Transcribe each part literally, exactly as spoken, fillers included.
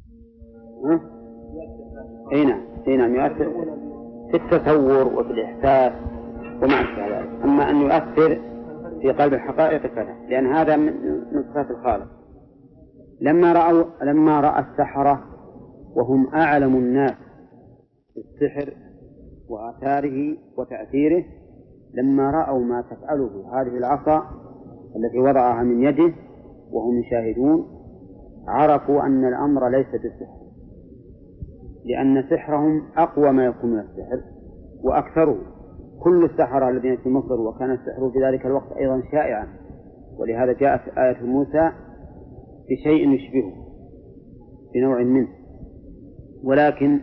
اي نعم اي نعم يؤثر في التصور وفي الإحساس وما أشبه ذلك. أما أن يؤثر في قلب الحقائق فلا، لأن هذا من صفات الخالق. لما رأوا لما رأى السحرة وهم أعلم الناس بالسحر وآثاره وتأثيره، لما رأوا ما تفعله هذه العصا التي وضعها من يده وهم يشاهدون، عرفوا أن الأمر ليس بالسحر، لأن سحرهم أقوى ما يكون من السحر وأكثره. كل السحرة الذين في مصر، وكان السحر في ذلك الوقت أيضا شائعا، ولهذا جاءت آية موسى بشيء يشبهه بنوع منه، ولكن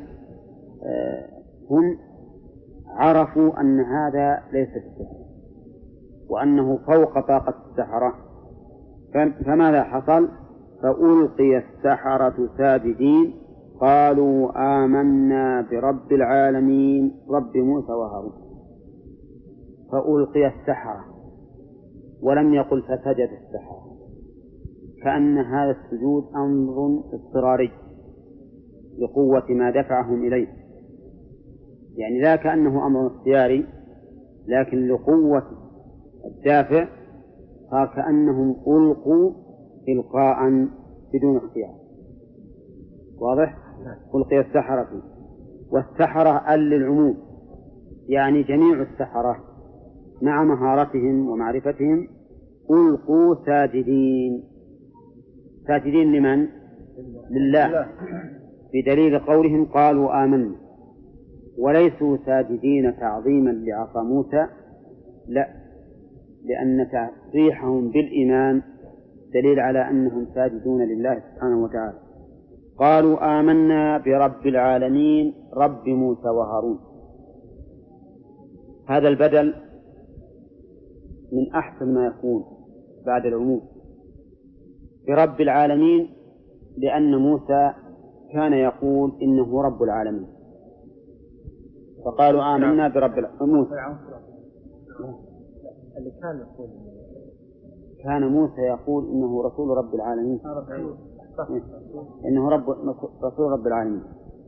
هم عرفوا أن هذا ليس بالسحر وأنه فوق طاقة السحرة. فماذا حصل؟ فألقي السحرة ساجدين قالوا آمنا برب العالمين رب موسى وهارون. فألقي السحرة ولم يقل فسجد السحرة، كأن هذا السجود أمر اضطراري لقوة ما دفعهم إليه، يعني لا كأنه أمر اختياري، لكن لقوة الدافع صار كأنهم ألقوا إلقاء بدون اختيار. واضح؟ ألقي السحرة، والسحرة أل للعموم، يعني جميع السحرة مع مهارتهم ومعرفتهم ألقوا ساجدين. ساجدين لمن؟ لله، بدليل قولهم قالوا آمنا، وليسوا ساجدين تعظيما لعصا موسى، لا، لأن تصريحهم بالإيمان دليل على أنهم ساجدون لله سبحانه وتعالى. قالوا آمنا برب العالمين رب موسى وهارون. هذا البدل من أحسن ما يكون بعد العموم برب العالمين، لأن موسى كان يقول إنه رب العالمين، فقالوا آمنا برب العالمين. اللي كان يقول كان موسى يقول إنه رسول رب العالمين، إنه رب رسول رب العالمين،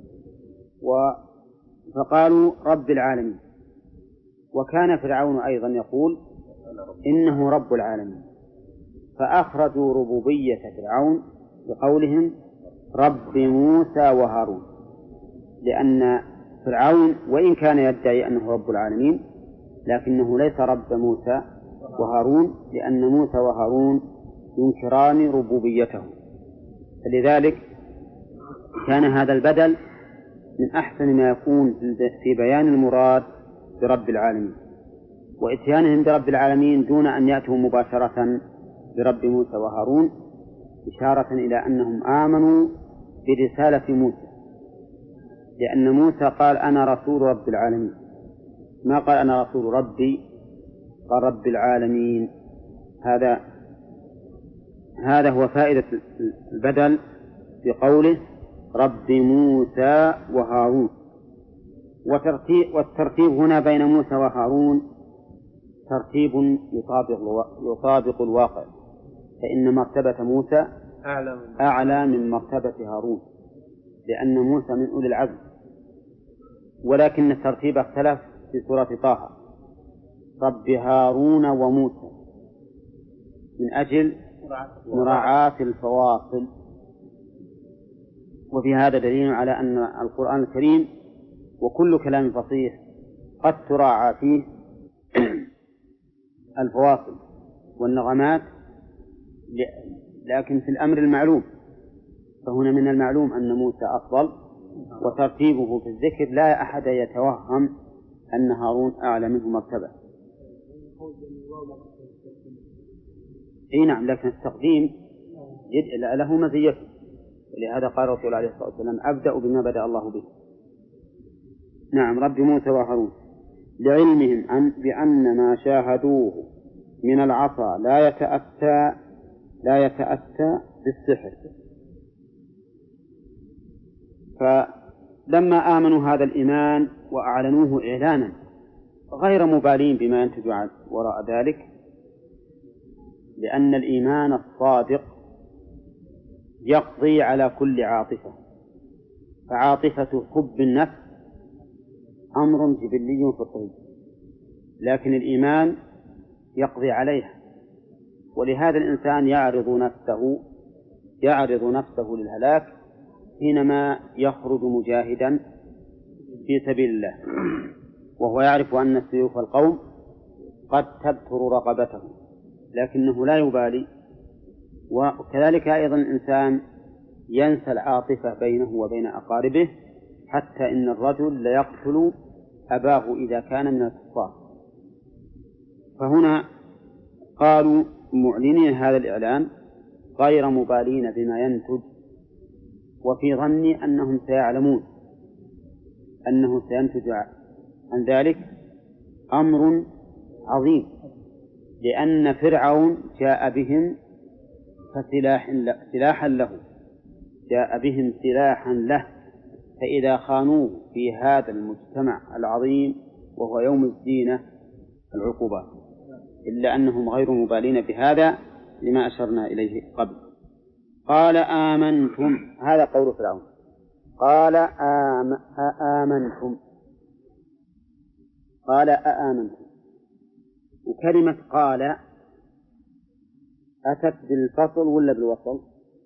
فقالوا رب العالمين. وكان فرعون أيضا يقول إنه رب العالمين، فأخرجوا ربوبية فرعون بقولهم رب موسى وهارون، لأن فرعون وإن كان يدعي أنه رب العالمين لكنه ليس رب موسى وهارون، لأن موسى وهارون ينكران ربوبيته. فلذلك كان هذا البدل من أحسن ما يكون في بيان المراد برب العالمين، وإتيانهم برب العالمين دون أن يأتوا مباشرة برب موسى وهارون، إشارة إلى أنهم آمنوا برسالة موسى، لأن موسى قال أنا رسول رب العالمين، ما قال أنا رسول ربي، قال رب العالمين. هذا هذا هو فائدة البدل بقوله رب موسى وهارون. وترتيب والترتيب هنا بين موسى وهارون ترتيب يطابق يطابق الواقع، فإن مرتبة موسى أعلى من مرتبة هارون، لأن موسى من أولي العزم، ولكن الترتيب اختلف في سورة طه، رب هارون وموسى، من أجل مراعاة الفواصل. وفي هذا دليل على أن القرآن الكريم وكل كلام فصيح قد تراعى فيه الفواصل والنغمات، لكن في الأمر المعلوم، فهنا من المعلوم أن موسى أفضل، وترتيبه في الذكر لا أحد يتوهم أن هارون أعلى منه مرتبة. أي نعم، لكن التقديم له مزيته، ولهذا قال الرسول عليه الصلاة والسلام أبدأ بما بدأ الله به. نعم، رب موسى وهارون، لعلمهم أن بأن ما شاهدوه من العصا لا يتأتى لا يتأتى بالسحر. فلما آمنوا هذا الإيمان وأعلنوه إعلانا غير مبالين بما ينتج وراء ذلك، لأن الإيمان الصادق يقضي على كل عاطفة فعاطفة حب النفس أمر جبلي فطري، لكن الإيمان يقضي عليها. ولهذا الإنسان يعرض نفسه يعرض نفسه للهلاك حينما يخرج مجاهدا في سبيل الله، وهو يعرف أن سيوف القوم قد تبتر رقبته، لكنه لا يبالي. وكذلك أيضا الإنسان ينسى العاطفة بينه وبين أقاربه، حتى إن الرجل ليقتل أباه إذا كان من الكفار. فهنا قالوا معلنين هذا الإعلان غير مبالين بما ينتج، وفي ظني أنهم سيعلمون أنه سينتج عن ذلك أمر عظيم، لأن فرعون جاء بهم فسلاح سلاحا له جاء بهم سلاحا له فإذا خانوه في هذا المجتمع العظيم وهو يوم الزينة العقوبات، إلا أنهم غير مبالين بهذا لما أشرنا إليه قبل. قال آمنتم، هذا قول فرعون، قال آم آمنتم قال آمنتم. وكلمة قال أتت بالفصل ولا بالوصل؟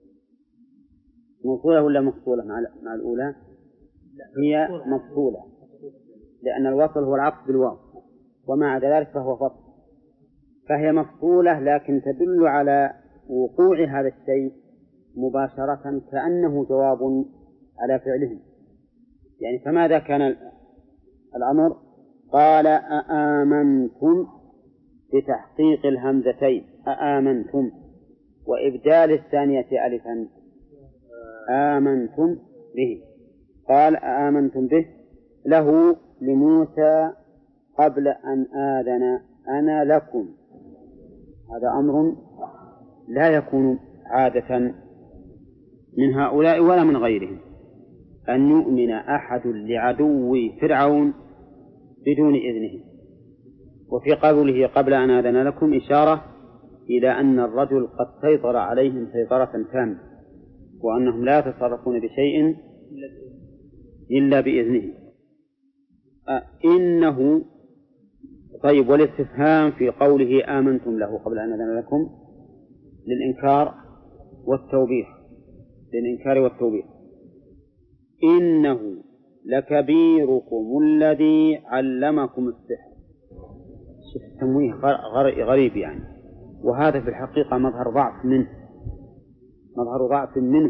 موصولة ولا مفصولة مع الأولى؟ هي مفصولة، لأن الوصل هو العطف بالواو، ومع ذلك فهو فصل، فهي مفصولة لكن تدل على وقوع هذا الشيء مباشرة كأنه جواب على فعلهم. يعني فماذا كان الأمر؟ قال أآمنتم بتحقيق الهمزتين أآمنتم وإبدال الثانية ألفا آمنتم به. قال آمنتم به له لموسى قبل أن آذن أنا لكم. هذا أمر لا يكون عادة من هؤلاء ولا من غيرهم، أن يؤمن أحد لعدو فرعون بدون إذنه. وفي قوله قبل أن آذن لكم إشارة إلى أن الرجل قد سيطر عليهم سيطرة تامة، وأنهم لا يتصرفون بشيء إلا بإذنه. أه إنه طيب. والاستفهام في قوله آمنتم له قبل أن آذن لكم للإنكار والتوبيخ للإنكار والتوبيخ. إنه لكبيركم الذي علمكم السحر. شوف التمويه غريب يعني، وهذا في الحقيقة مظهر ضعف منه مظهر ضعف منه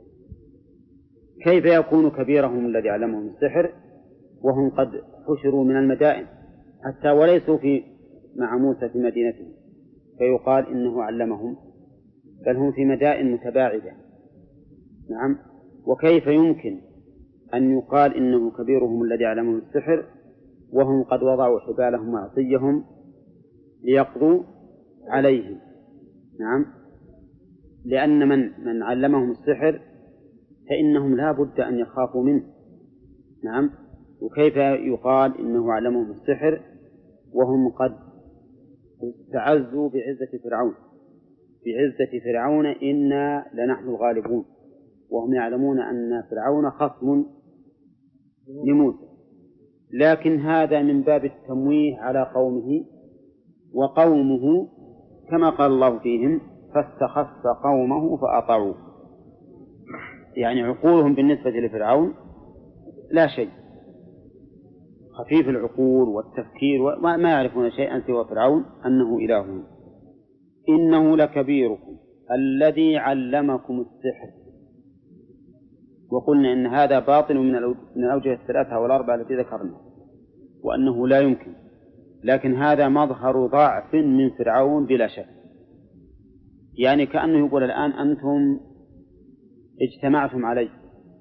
كيف يكون كبيرهم الذي علمهم السحر وهم قد حشروا من المدائن حتى وليسوا في مع موسى في مدينته فيقال إنه علمهم، بل هم في مدائن متباعدة. نعم. وكيف يمكن أن يقال إنه كبيرهم الذي علمهم السحر وهم قد وضعوا حبالهم وعصيهم ليقضوا عليهم؟ نعم، لأن من من علمهم السحر فإنهم لا بد أن يخافوا منه. نعم. وكيف يقال إنه علمهم السحر وهم قد استعزوا بعزة فرعون بعزة فرعون إنا لنحن الغالبون، وهم يعلمون أن فرعون خصم لموسى. لكن هذا من باب التمويه على قومه، وقومه كما قال الله فيهم فاستخف قومه فأطاعوه، يعني عقولهم بالنسبة لفرعون لا شيء، خفيف العقول والتفكير وما يعرفون شيئا سوى فرعون أنه إله. إنه لكبيركم الذي علمكم السحر. وقلنا إن هذا باطل من الأوجه الثلاثة والأربعة التي ذكرنا، وأنه لا يمكن، لكن هذا مظهر ضعف من فرعون بلا شك. يعني كأنه يقول الآن أنتم اجتمعتم علي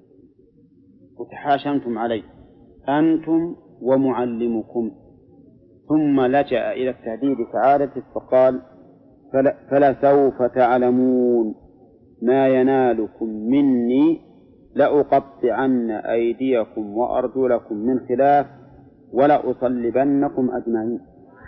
وتحاشمتم علي أنتم ومعلمكم، ثم لجأ إلى التهديد كعادته فقال فلا, فلا سوف تعلمون ما ينالكم مني لأقطعن أيديكم وأرجلكم من خلاف ولأصلبنكم أجمعين.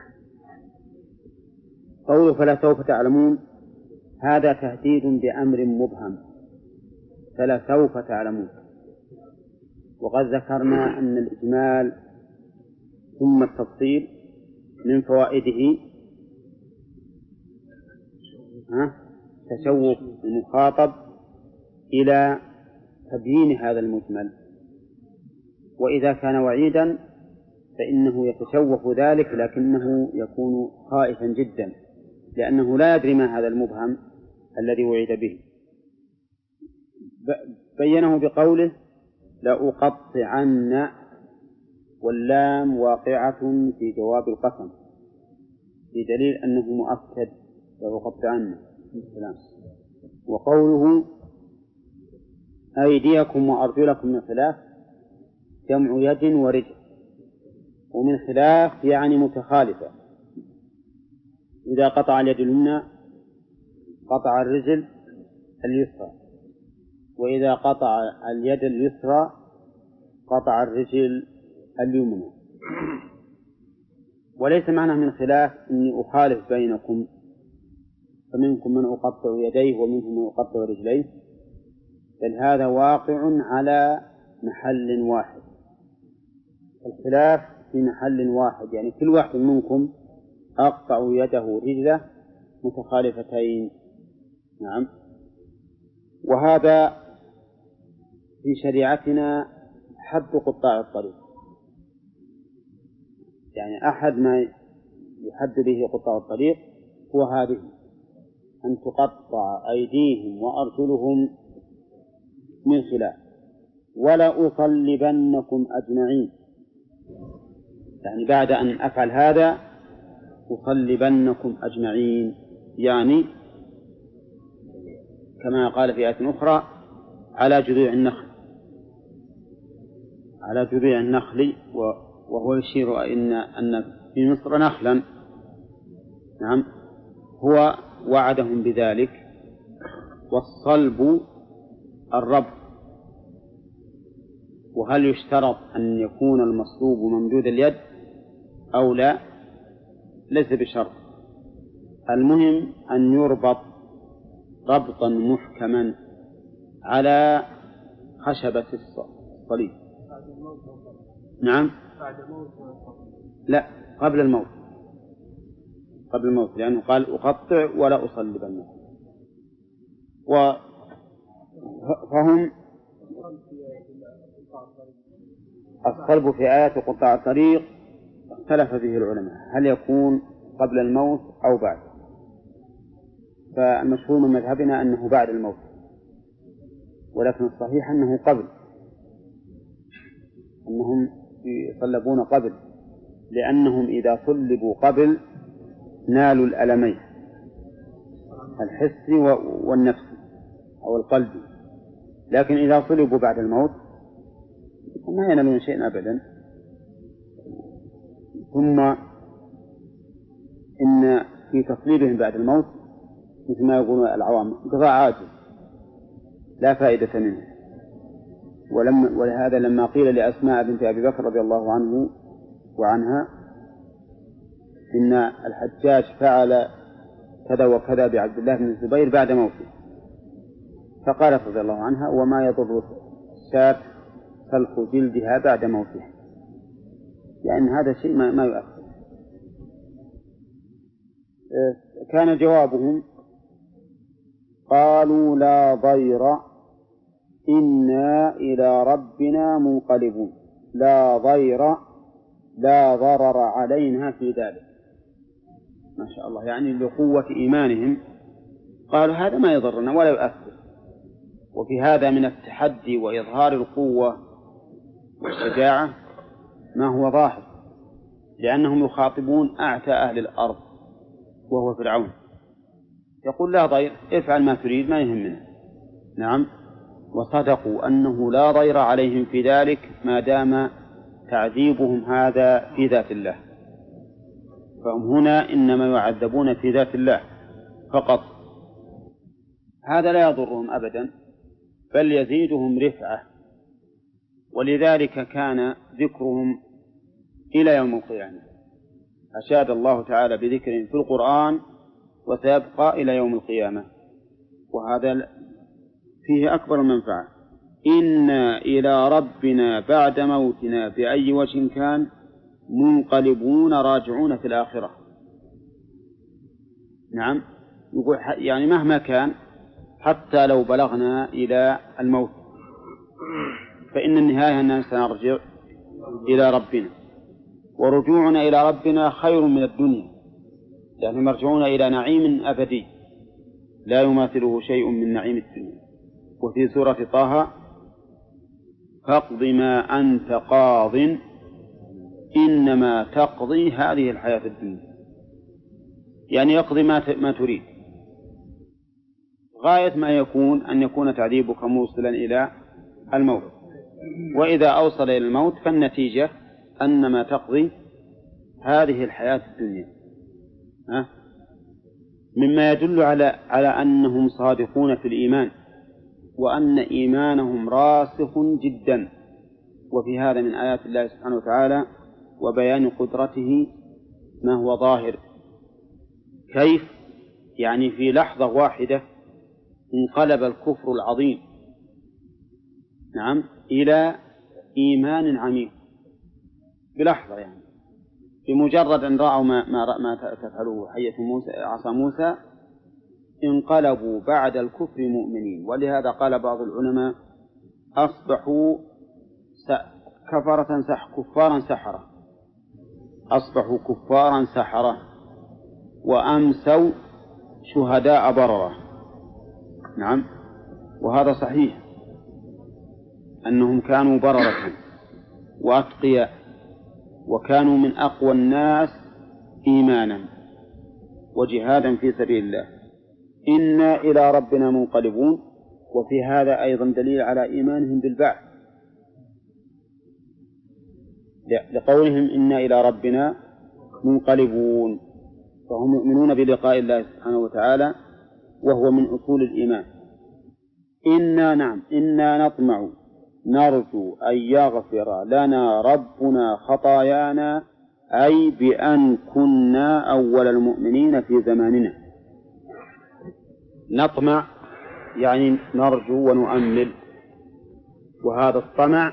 قوله فلا سوف تعلمون هذا تهديد بأمر مبهم، فلا سوف تعلمون، وقد ذكرنا أن الإجمال ثم التفصيل من فوائده تشوق المخاطب إلى تبيين هذا المجمل، وإذا كان وعيدا فإنه يتشوق ذلك لكنه يكون خائفا جدا لأنه لا يدري ما هذا المبهم الذي وعد به. بينه بقوله لأقطعن، واللام واقعة في جواب القسم بدليل أنه مؤكد لأقطعن. وقوله أيديكم وأرجلكم من خلاف جمع يد ورجل، ومن خلاف يعني متخالفة. إذا قطع اليد اليمنى قطع الرجل اليسرى، وإذا قطع اليد اليسرى قطع الرجل اليمنى. وليس معنى من خلاف إني أخالف بينكم، فمنكم من أقطع يديه ومنكم من أقطع رجليه، بل هذا واقع على محل واحد. الخلاف في محل واحد، يعني كل واحد منكم أقطع يده ورجله متخالفتين. نعم. وهذا في شريعتنا حد قطاع الطريق، يعني أحد ما يحد به قطاع الطريق هو هذه، أن تقطع أيديهم وأرجلهم من خلاف. ولا أصلبنكم أجمعين، يعني بعد أن أفعل هذا أصلبنكم أجمعين، يعني كما قال في آية أخرى على جذوع النخل، على جذوع النخل، وهو يشير إن أن في مصر نخلا. نعم. هو وعدهم بذلك. والصلب الربط. وهل يشترط أن يكون المصلوب ممدود اليد أو لا؟ ليس بشرط، المهم أن يربط ربطا محكما على خشبة الصليب. نعم. لا، قبل الموت، قبل الموت، لأنه قال أقطع ولا أصلبنه. فهم الصلب في آيات قطاع الطريق اختلف فيه العلماء، هل يكون قبل الموت أو بعد؟ فالمشهور من مذهبنا أنه بعد الموت، ولكن الصحيح أنه قبل، أنهم يصلبون قبل، لأنهم إذا صلبوا قبل نالوا الألمين، الحسي والنفسي أو القلبي، لكن إذا صلبوا بعد الموت ما ينالون شيئا أبدا. ثم إن في تصليبهم بعد الموت مثل ما يقولون العوام قضاء عاجل لا فائدة منه. ولما ولهذا لما قيل لأسماء بنت أبي بكر رضي الله عنه وعنها إن الحجاج فعل كذا وكذا بعبد الله بن الزبير بعد موته، فقالت رضي الله عنها وما يضر الشاة سلخ جلدها بعد موتها، لأن هذا شيء ما, ما يؤثر. كان جوابهم قالوا لا ضير إنا إلى ربنا منقلبون. لا ضير، لا ضرر علينا في ذلك. ما شاء الله، يعني لقوة إيمانهم قالوا هذا ما يضرنا ولا يؤثر. وفي هذا من التحدي وإظهار القوة والشجاعة ما هو ظاهر، لأنهم يخاطبون أعتى أهل الأرض وهو فرعون، يقول لا ضير، افعل ما تريد ما يهمنا. نعم. وصدقوا أنه لا ضير عليهم في ذلك ما دام تعذيبهم هذا في ذات الله، فهم هنا إنما يعذبون في ذات الله فقط. هذا لا يضرهم أبدا بل يزيدهم رفعة، ولذلك كان ذكرهم إلى يوم القيامة. أشاد الله تعالى بذكرهم في القرآن وسيبقى إلى يوم القيامة، وهذا فيه أكبر منفعة. إنا إلى ربنا بعد موتنا بأي وجه كان منقلبون راجعون في الآخرة. نعم، يقول يعني مهما كان حتى لو بلغنا إلى الموت فإن النهاية أننا سنرجع إلى ربنا، ورجوعنا إلى ربنا خير من الدنيا، لأنهم يرجعون إلى نعيم أبدي لا يماثله شيء من نعيم الدنيا. وفي سورة طه فاقض ما أنت قاض إنما تقضي هذه الحياة الدنيا، يعني يقضي ما تريد. غاية ما يكون أن يكون تعذيبك موصلا إلى الموت، وإذا أوصل إلى الموت فالنتيجة أنما تقضي هذه الحياة الدنيا. ها؟ مما يدل على على أنهم صادقون في الإيمان، وأن إيمانهم راسخ جدا. وفي هذا من آيات الله سبحانه وتعالى وبيان قدرته ما هو ظاهر. كيف؟ يعني في لحظة واحدة انقلب الكفر العظيم نعم إلى إيمان عميق بلحظة، يعني بمجرد أن رأوا ما, ما, ما تفعله حية موسى عصا موسى انقلبوا بعد الكفر مؤمنين. ولهذا قال بعض العلماء أصبحوا كفرة سح كفارا سحرة، أصبحوا كفارا سحرة وأمسوا شهداء بررة. نعم، وهذا صحيح أنهم كانوا بررة وأتقياء، وكانوا من أقوى الناس إيمانا وجهادا في سبيل الله. إنا إلى ربنا منقلبون، وفي هذا أيضا دليل على إيمانهم بالبعث، لقولهم إنا إلى ربنا منقلبون، فهم يؤمنون بلقاء الله سبحانه وتعالى وهو من أصول الإيمان. إنا نعم إنا نطمع نرجو أن يغفر لنا ربنا خطايانا، أي بأن كنا أول المؤمنين في زماننا. نطمع يعني نرجو ونؤمل، وهذا الطمع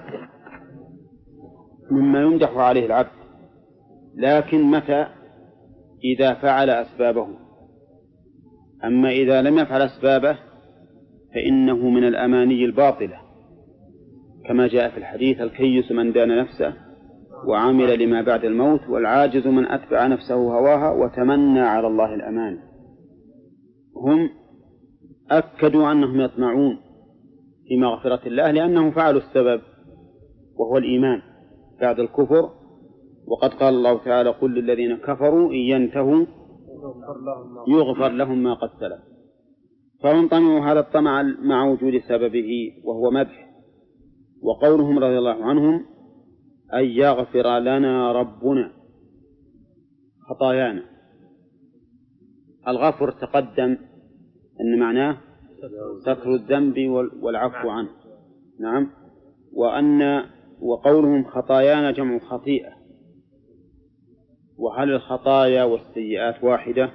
مما يمدح عليه العبد، لكن متى؟ إذا فعل أسبابه. أما إذا لم يفعل أسبابه فإنه من الأماني الباطلة، كما جاء في الحديث: الكيس من دان نفسه وعمل لما بعد الموت، والعاجز من أتبع نفسه هواها وتمنى على الله الأمان. هم أكدوا أنهم يطمعون في مغفرة الله لأنهم فعلوا السبب وهو الإيمان بعد الكفر، وقد قال الله تعالى: قل للذين كفروا إن ينتهوا يغفر لهم ما قد سلف. فهم طمعوا هذا الطمع مع وجود سببه وهو مدح. وقولهم رضي الله عنهم: أن يغفر لنا ربنا خطايانا. الغفر تقدم أن معناه ستر الذنب والعفو عنه. نعم. وأن وقولهم خطايانا جمع خطيئة. وهل الخطايا والسيئات واحدة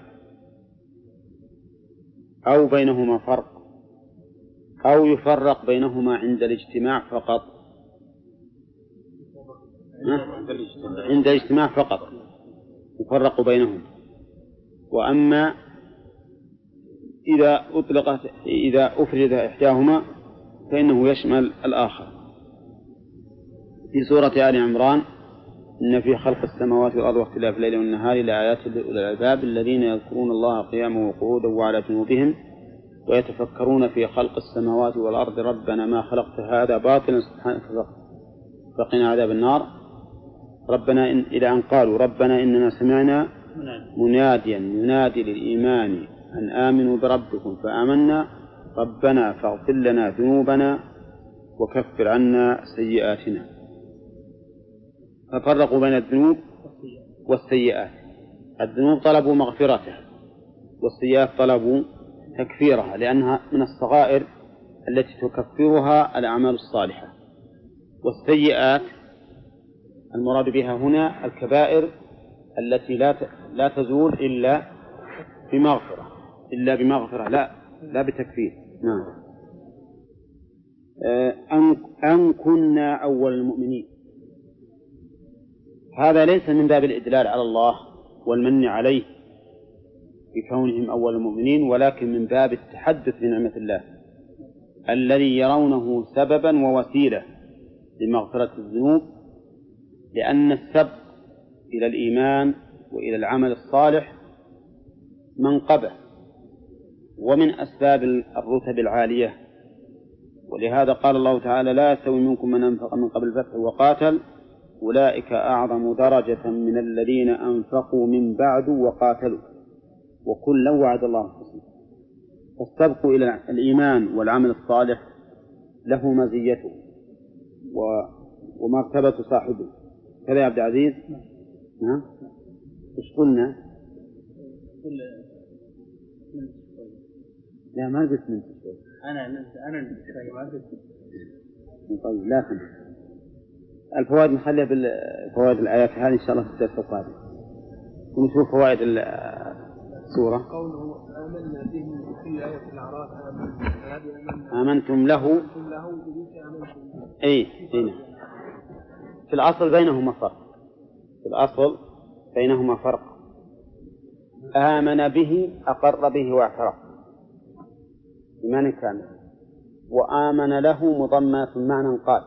أو بينهما فرق، أو يفرق بينهما عند الاجتماع فقط؟ عند الاجتماع فقط يفرق بينهم. وأما إذا أطلقت إذا أفرد إحداهما فإنه يشمل الآخر. في سورة آل عمران: إن في خلق السماوات والأرض واختلاف الليل والنهار لآيات لأولي الألباب الذين يذكرون الله قياما وقعودا وعلى جنوبهم ويتفكرون في خلق السماوات والأرض ربنا ما خلقت هذا باطلا سبحانك فقنا عذاب النار. ربنا إن إلى أن قالوا: ربنا إننا سمعنا مناديا ينادي للإيمان أن آمنوا بربكم فآمنا ربنا فاغفر لنا ذنوبنا وكفر عنا سيئاتنا. ففرقوا بين الذنوب والسيئات. الذنوب طلبوا مغفرته، والسيئات طلبوا تكفيرها، لأنها من الصغائر التي تكفرها الأعمال الصالحة. والسيئات المراد بها هنا الكبائر التي لا لا تزول إلا بمغفرة إلا بمغفرة لا لا بتكفير. نعم. أن أن كنا أول المؤمنين. هذا ليس من باب الإدلال على الله والمن عليه بكونهم أول المؤمنين، ولكن من باب التحدث بنعمة الله الذي يرونه سببا ووسيلة لمغفرة الذنوب، لأن السبق إلى الإيمان وإلى العمل الصالح منقبة ومن أسباب الرتب العالية. ولهذا قال الله تعالى: لا يستوي منكم من أنفق من قبل الفتح وقاتل أولئك أعظم درجة من الذين أنفقوا من بعد وقاتلوا وكلا وعد الله الحسنى. فالسبق إلى الإيمان والعمل الصالح له مزيته ومرتبة صاحبه. كذا يا عبد العزيز؟ نعم. إيش قلنا؟ لا ما قلت من شوي. أنا أنا ما قلت. طيب لكن الفوائد نخليها بالفوائد الآيات هذه إن شاء الله في الدرس القادم. ونشوف فوائد السورة. قوله آمنا به في آية الأعراف آمنتم له. أي هنا في الأصل بينهما فرق. في الأصل بينهما فرق. آمن به أقر به واعترف إيمان كامل، وآمن له مضمنة معنى قال.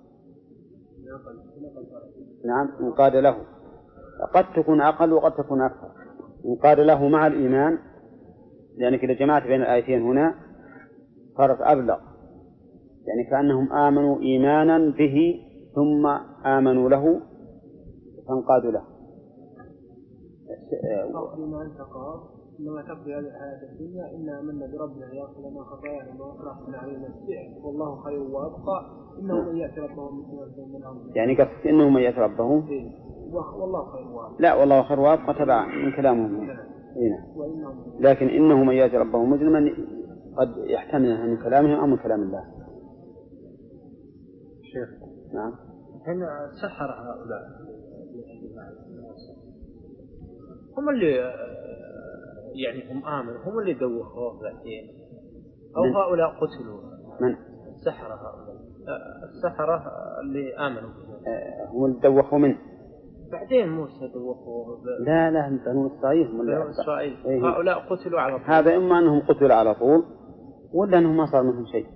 نعم انقاد له، قد تكون أقل وقد تكون أكثر. انقاد له مع الإيمان، لأنك إذا جمعت بين الآيتين هنا صارت أبلغ، يعني كأنهم آمنوا إيمانا به ثم آمنوا له فانقادوا له. بما أنت قال إنما تقضي هذه الحياة الدنيا إنا آمنا بربنا ليغفر لنا خطايانا وما أكرهنا عليه من السحر والله خير وأبقى إنه من يأتي ربه من أمره. يعني قصدك إنه من يأتي ربه والله خير وأبقى. لا والله خير وأبقى تبع من كلامهم هنا. لكن إنه من يأتي ربه مجرما قد يحتمل من كلامهم أو من كلام الله. شيخ نعم. هنا سحر هؤلاء هم اللي يعني هم آمنوا، هم اللي دوخوه بعدين، أو من؟ هؤلاء قتلوا. من؟ السحرة هؤلاء السحرة اللي آمنوا آه هم اللي دوخوا منه. بعدين موسى دوخوه ب... لا لا بنو إسرائيل. بنو إسرائيل هؤلاء قتلوا على طول. هذا إما أنهم قتلوا على طول ولا أنهم ما صار منهم شيء.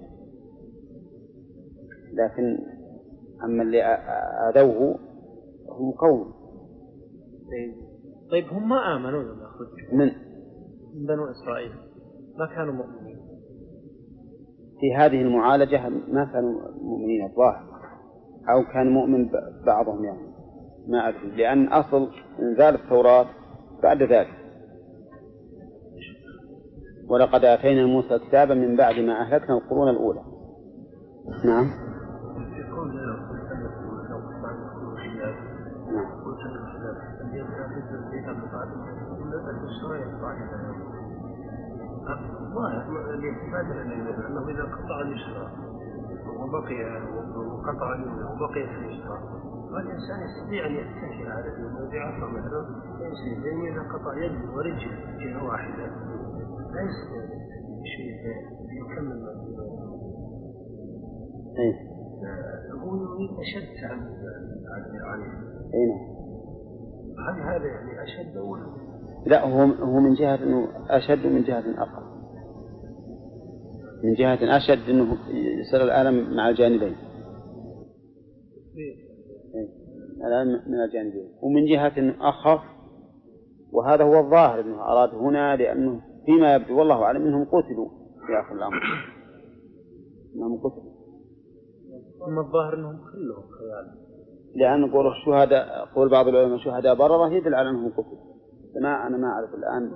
لكن أما اللي آذوه هم قوم. طيب هم ما آمنوا لما خرجوا من بنو إسرائيل، ما كانوا مؤمنين في هذه المعالجة، ما كانوا مؤمنين الظاهر، أو كان مؤمن بعضهم يعني ما أدري، لأن أصل إنزال التوراة بعد ذلك. ولقد آتينا موسى كتابا من بعد ما أهلكنا القرون الأولى. نعم. أنه إذا قطع اليسرى وبقي وقطع اليمنى وبقي في اليسرى فالإنسان يستطيع أن يتكل على اليمنى بعصا مثلا يمشي بين إذا قطع يد ورجل جهة واحدة لا يستطيع شيء يكمل ما فيه. هو يريد أشد عن عن أين؟ هل هذا يعني أشد أو لا؟ هو هو من جهة إنه أشد ومن جهة أقل. من جهة أشد إنه يصير الألم مع الجانبين. الألم من الجانبين، ومن جهة إنه أخف، وهذا هو الظاهر إنه أراد هنا، لأنه فيما يبدو والله أعلم إنهم قتلوا في آخر الأمر. إنهم قتلوا. ثم الظاهر إنهم كلهم خيال. لأن قول الشهداء، قول بعض العلماء شهداء بررة يدل على أنهم قتلوا. ما أنا ما أعرف الآن.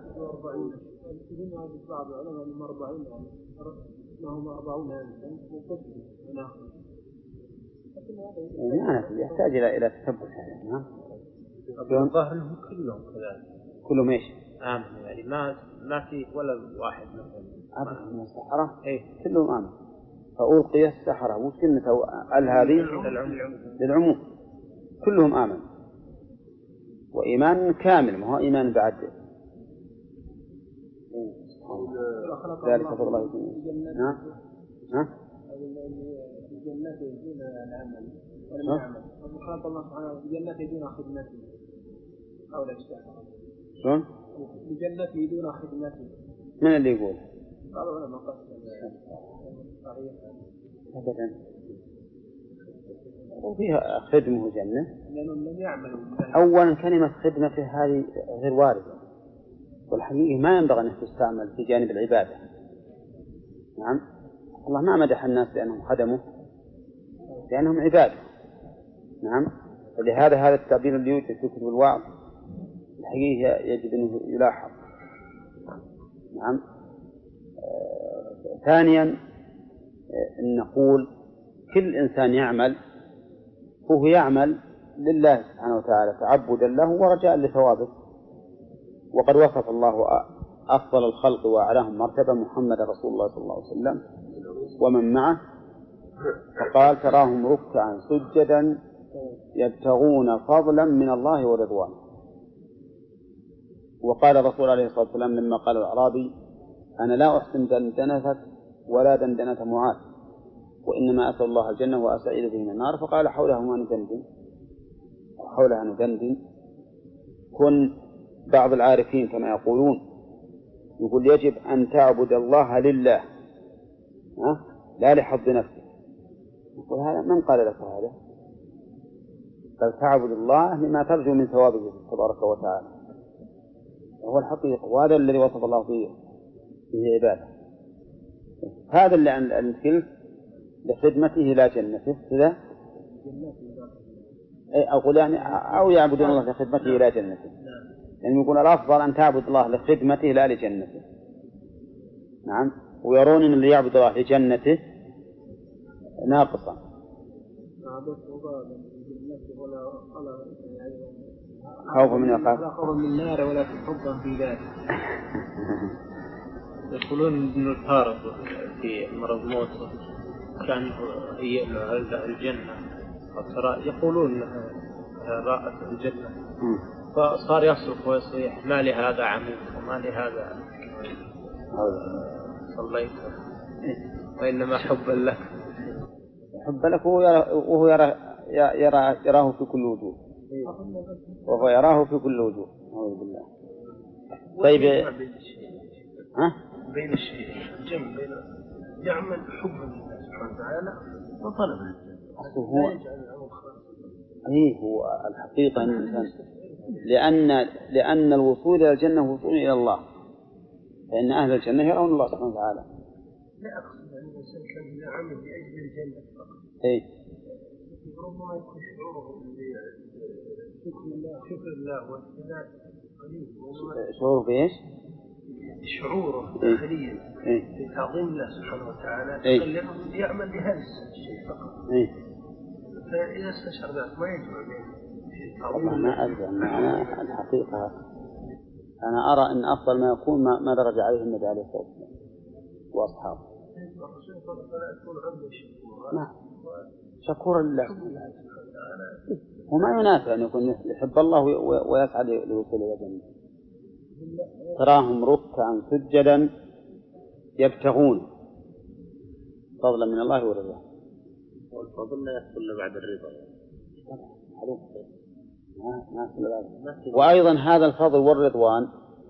بعض العلماء أنهم أربعين أنهم أربعون يعني أنا يحتاج إلى إلى تثبت هذا. نعم. الظاهر أنهم كلهم كذلك. كلهم إيش؟ آمن يعني ما ما في ولا واحد مثلا. أبدا من السحرة. إيه. كلهم آمن. فألقي السحرة وكلمة ال هذه للعموم. كلهم آمن. وإيمان كامل، ما هو إيمان بعد. ذلك فضل الله. ها؟ ها؟ الجنة دون العمل ولم يعمل وقال الله سبحانه الجنة دون خدمته أو لا اشتهى شلون؟ الجنة دون خدمته من اللي يقول؟ قالوا أنا قصد صحيح أبدا وفيها خدمه جنة لأنهم لم يعملوا. أولا كلمة خدمته هذه غير واردة والحقيقة ما ينبغي أن تستعمل في جانب العبادة. نعم الله ما مدح الناس لأنهم خدموا لأنهم عباد. نعم ولهذا هذا التعبير اللي يوجد في كتب الوعظ الحقيقة يجب أنه يلاحظ. نعم آه، ثانيا آه، أن نقول كل إنسان يعمل هو يعمل لله سبحانه وتعالى تعبدا له ورجاء لثوابه. وقد وصف الله أفضل الخلق وأعلاهم مرتبة محمد رسول الله صلى الله عليه وسلم ومن معه فقال تراهم ركعا سجدا يبتغون فضلا من الله ورضوانه. وقال الرسول عليه الصلاة والسلام لما قال الأعرابي أنا لا أحسن دندنتك ولا دندنة معاذ وإنما أسأل الله الجنة وأسعيد به من النار فقال حولها ما ندندن حولها ندندن. كن بعض العارفين كما يقولون يقول يجب أن تعبد الله لله ها؟ لا لحظ نفسه. يقول هذا من قال لك هذا؟ بل تعبد الله لما ترجو من ثوابه تبارك وتعالى وهو الحقيقة وهذا الذي وصف الله فيه فيه عباده. هذا اللي عن الكلف لخدمته لا جنته كذا أقول يعني أو يعبدون الله لخدمته لا جنته يعني يقول الأفضل أن تعبد الله لخدمته لا لجنته. نعم ويرون أن اللي يعبد الله لجنته ناقصا خوفا من يخاف لا خوفا من النار ولا حبا في ذلك. يقولون ابن الفارض في مرض موته كان هي الجنة يقولون راءت الجنة فصار يصرخ ويصيح ما لهذا عمود وما لهذا صليت وإنما حبا لك حبا لك وهو يرى يرى يراه في كل وجوه وهو يراه في كل وجوه. أعوذ بالله. طيب ها بين الشيء الجمع بين يعمل حبا لله سبحانه وتعالى وطلب هو أيه هو الحقيقة أن الإنسان لأن لأن الوصول إلى الجنة وصول إلى الله فإن أهل الجنة يرون الله سبحانه وتعالى. لا أقصد أن الإنسان كان يعمل لأجل الجنة فقط. إيه. ربما يكون شعوره شكر الله شكر الله والثناء قليل. شعوره بإيش؟ شعوره داخليا إيه؟ بتعظيم الله سبحانه وتعالى إيه؟ يعمل لهذا الشيء فقط. إيه؟ فإذا استشعر ذلك ما يجمع بين والله ما أدري أنا الحقيقة أنا أرى أن أفضل ما يكون ما, ما درج عليه النبي عليه الصلاة والسلام وأصحابه. نعم شكورا لله وما ينافع أن يكون يحب الله ويسعى لوصول إلى الجنة. تراهم ركعا سجدا يبتغون فضلا من الله ورضوانه. والفضل لا يحصل بعد الرضا. وأيضا هذا الفضل والرضوان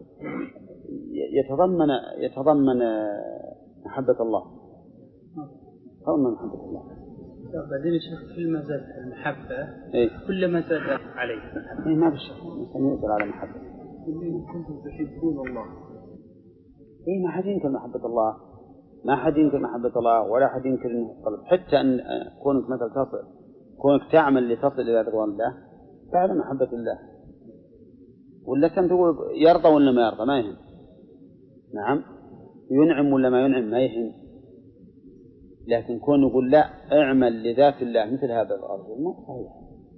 يتضمن يتضمن محبة الله. يتضمن محبة الله. بعدين الشيخ كل ما زاد المحبة إيه؟ كل ما زاد عليه. إيه ما بشك الإنسان يقدر على محبة. إن كنتم تحبون الله. إيه ما حد ينكر محبة الله ما حد ينكر محبة الله ولا حد ينكر إنه الطلب حتى أن كونك مثل تصل كونك تعمل لتصل إلى رضوان الله فعل محبة الله. ولا كم تقول يرضى ولا ما يرضى ما يهم. نعم ينعم ولا ما ينعم ما يهم. لكن كون يقول لا اعمل لذات الله مثل هذا الأرض ما صحيح.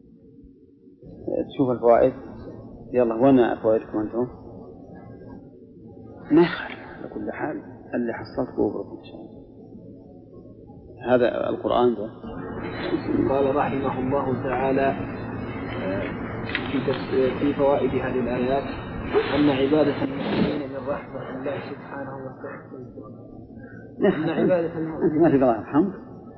تشوف الفوائد يلا وين فوائدكم أنتم؟ ما يخالف على كل حال اللي حصلت قوبرك إن شاء الله. هذا القرآن ده. قال رحمه الله تعالى في فوائد هذه الآيات أن عبادة المؤمنين من رحمة الله سبحانه وتعالى. أن عبادة المؤمنين ما في الله الحمد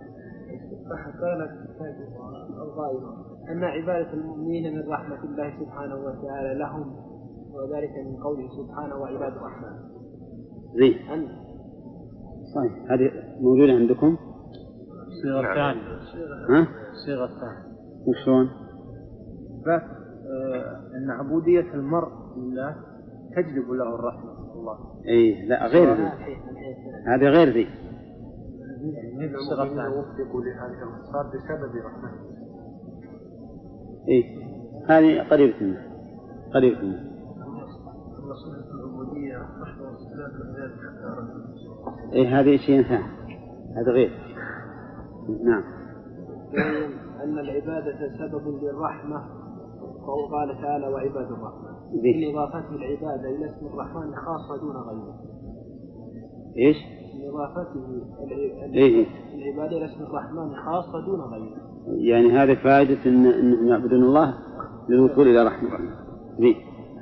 قالت الغائبة أن عبادة المؤمنين من رحمة الله سبحانه وتعالى لهم، وذلك من قوله سبحانه وعباد الرحمن. زين. صحيح. هذه موجودة عندكم؟ صيغة ثانية. ها؟ صيغة ثانية. وشلون؟ بس آه أن عبودية المرء لله تجلب له الرحمة الله. إيه لا غير ذي. هذه غير ذي. صيغة ثانية. وفقوا لهذا الصار بسبب رحمته. إيه هذه قريبة منه. قريبة منه. صفة العبودية رحمة والصلاة والذات حتى أرد. إيه هذه شيء ثاني. هذا غير. نعم. أن العبادة سبب للرحمة، فهو قال تعالى وعباد الرحمن، من إضافته العبادة إلى اسم الرحمن خاصة دون غيره. إيش؟ من إضافته إيه؟ العبادة إلى اسم الرحمن خاصة دون غيره. يعني هذه فائدة إن إنهم يعبدون الله للوصول إلى رحمة الله. ذي.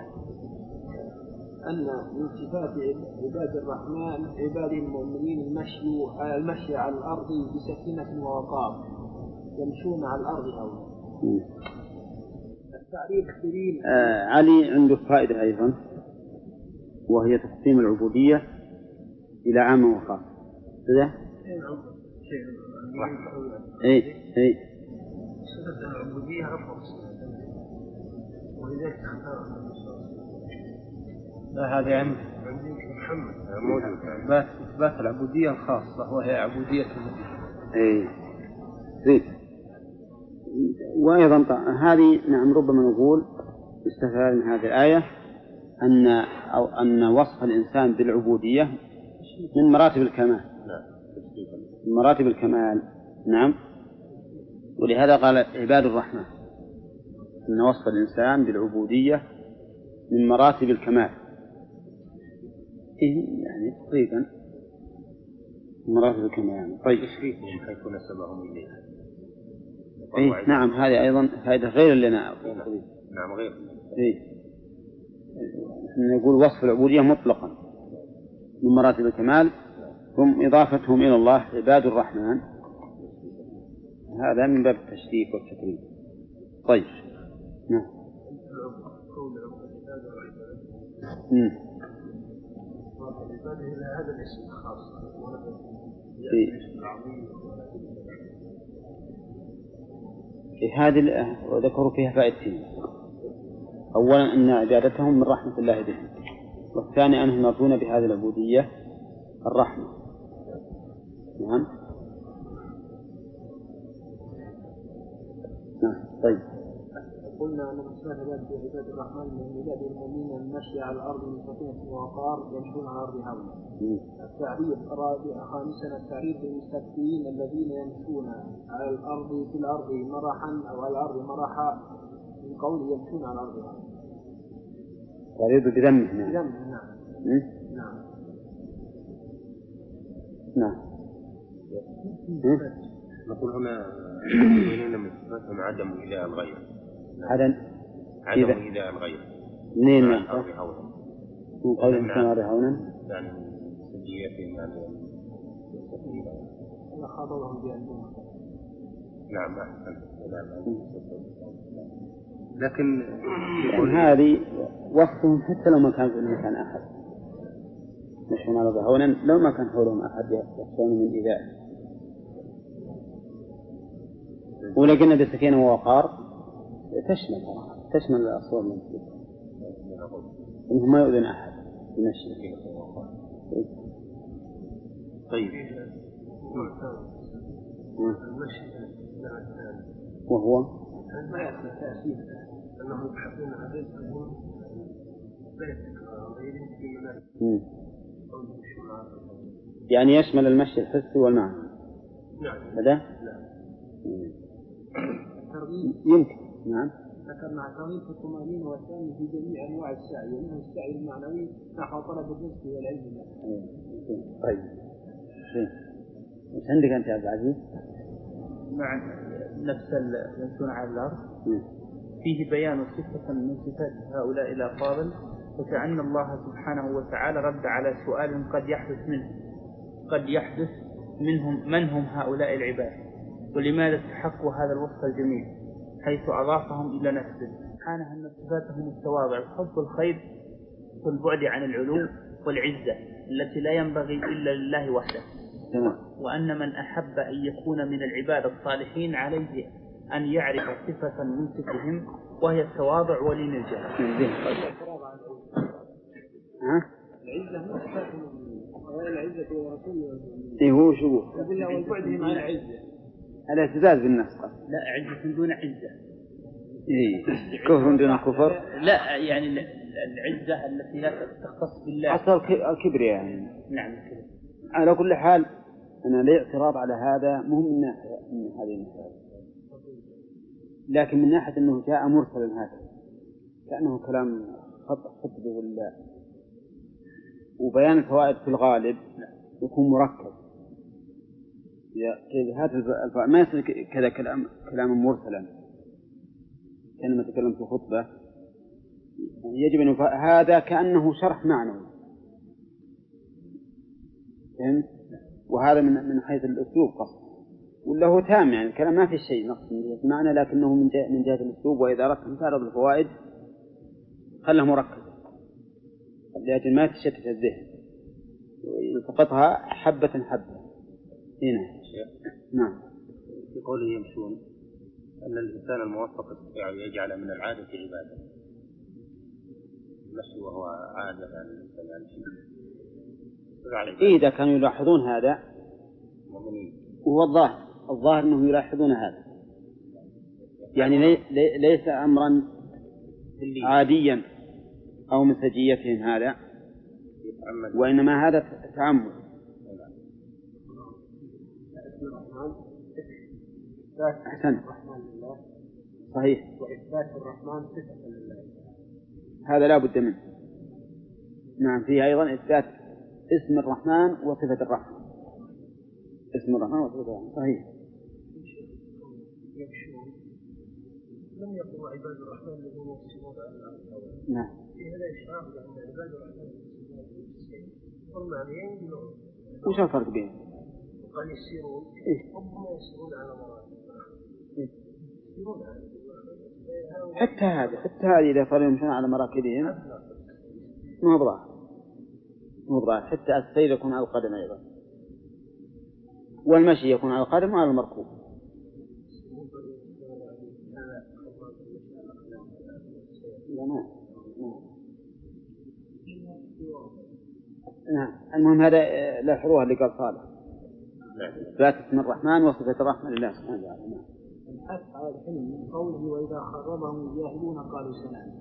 أن من صفات عباد الرحمن عباد المؤمنين المشي المشي على الأرض بسكينة ووقار، يمشون على الأرض هونا. التعريف دليل. آه علي عنده فائدة أيضا، وهي تقسيم العبودية إلى عام وخاص. كذا؟ إيه إيه. صفة العبودية رفع الصلاة، ولذلك اختار لا هذا عندي عندي محمد موجود. إثبات إثبات العبودية الخاصة وهي عبودية المؤمن. إيه زين. وأيضا هذه نعم ربما نقول استفاد من هذه الآية أن أو أن وصف الإنسان بالعبودية من مراتب الكمال. من مراتب الكمال. نعم. ولهذا قال عباد الرحمن أن وصف الإنسان بالعبودية من مراتب الكمال. إيه يعني تقريبا مراتب الكمال. طيب. تشريفهم حيث نسبهم إليه. إيه نعم هذه أيضا فائدة غير لنا. نعم غير. إيه. نقول وصف العبودية مطلقا من مراتب الكمال، ثم إضافتهم إلى الله عباد الرحمن، هذا من باب التشريف والتكريم. طيب. نعم. امم هذا الاسم الخاص في هذه وذكروا فيها فائدتين. أولا أن عبادتهم من رحمة الله بهم، والثاني أنهم يرجون بهذه العبودية الرحمة. نعم. نعم. طيب. قلنا أن مصدر عباد الرحمن من عباد المؤمنين المشي على الأرض من سكينة ووقار يمشون على الأرض هونا. التعريف الرابع خامسا التعريف للمستكبرين الذين يمشون على الأرض في الأرض مرحا أو على الأرض مرحا، من قول يمشون على الأرض هونا. تعريف بذمه. نعم. بذمه. نعم. نعم. نعم. نقول هنا المؤمنين من صفاتهم عدم إله الغير. عدم عدم إله الغير. منين؟ من الأرض هونا. من قول يمشون على الأرض هونا. يعني سجيتهم يعني أنا خاطبهم بأنهم. نعم أحسن. لكن يعني هذه وصفهم حتى لو ما كان في المكان أحد يمشون على الأرض هونا، لو ما كان حولهم أحد يخشون من إيذائه. ولكن بسكينة ووقار تشمل تشمل الأصوات المسلمة، إنهم ما يؤذون أحد بمشي. طيب. وهو ما يأتي تأثير أنهم يبحثون عن رزقهم بيت غيرهم في منازل. يعني يشمل المشي الحسي والمعنى. نعم. هذا؟ يمكن. نعم. ذكرنا ترغيب في الطمأنينة والثاني في جميع أنواع السعي، ومنه السعي المعنوي نحو طلب الرزق والعلم. طيب. ايش عندك أنت يا عبد العزيز؟ مع نفس يمشون على الأرض فيه بيان صفة من صفات هؤلاء الأفاضل، وكأن الله سبحانه وتعالى رد على سؤال قد يحدث منه قد يحدث منهم من هم هؤلاء العباد، ولماذا استحقوا هذا الوصف الجميل حيث أضافهم إلى نفسه سبحانه أن صفاتهم التواضع وحب الخير والبعد عن العلو والعزة التي لا ينبغي إلا لله وحده، وأن من أحب أن يكون من العباد الصالحين عليه أن يعرف صفة من صفهم وهي التواضع ولين الجهل. العزة مش العزة ورسوله. إيه هو شو؟ والبعدهم عن العزة. الاعتزاز بالنفس. لا، عزة دون عزة. إيه كفر دون كفر. لا يعني العزة التي لا تختص بالله. أصل الكبر يعني. نعم الكبر. على كل حال أنا لي اعتراض على هذا مهم من ناحية من هذه الناحية، لكن من ناحية أنه جاء مرسلا هكذا كأنه كلام خط خطبه ولا وبيان الفوائد في الغالب يكون مركب. هذا الفوائد ما يصير كذا كلام كلام مرسلا كأنما تكلم في خطبة. يجب أن هذا كأنه شرح معنوي، فهمت؟ وهذا من من حيث الأسلوب قصد، ولا هو تام يعني الكلام ما في شيء نقص من جهة المعنى، لكنه من جهة من جهة الأسلوب. وإذا أردت أن تعرض الفوائد خله مركز لأجل ما تشتت الذهن ويلتقطها حبة حبة. هنا نعم. في قوله يمشون أن الإنسان الموفق يستطيع أن يجعل من العادة عبادة، المشي وهو عادة يعني الإنسان يمشي. إيه إذا كانوا يلاحظون هذا وهو الظاهر الظاهر أنهم يلاحظون هذا، يعني لي لي ليس أمرا عاديا أو من سجيتهم هذا، وإنما هذا تعمد. أحسن صحيح. وإثبات الرحمن صفة لله هذا لا بد منه. نعم فيه أيضا إثبات اسم الرحمن وصفة الرحمن. اسم الرحمن وصفة الرحمن صحيح. لم يقل عباد الرحمن الذين يسيرون على الأرض. نعم. في هذا إشعار بأن عباد الرحمن يسيرون معنيين. وش الفرق بينهم؟ قال يسيرون إيه؟ هم يسيرون على مراتب. إيه؟ يسيرون على حتى هذا حتى هذه إذا صاروا يمشون على مراكبهم ما بضاع ما بضاع. حتى السير يكون على القدم أيضا، والمشي يكون على القدم وعلى المركوب. لا ما نعم. المهم هذا لاحظوها اللي قال صالح إثبات اسم الرحمن وصفة الرحمن لله سبحانه وتعالى. الحث على الحلم من قوله وإذا خاطبهم الجاهلون قالوا سلام،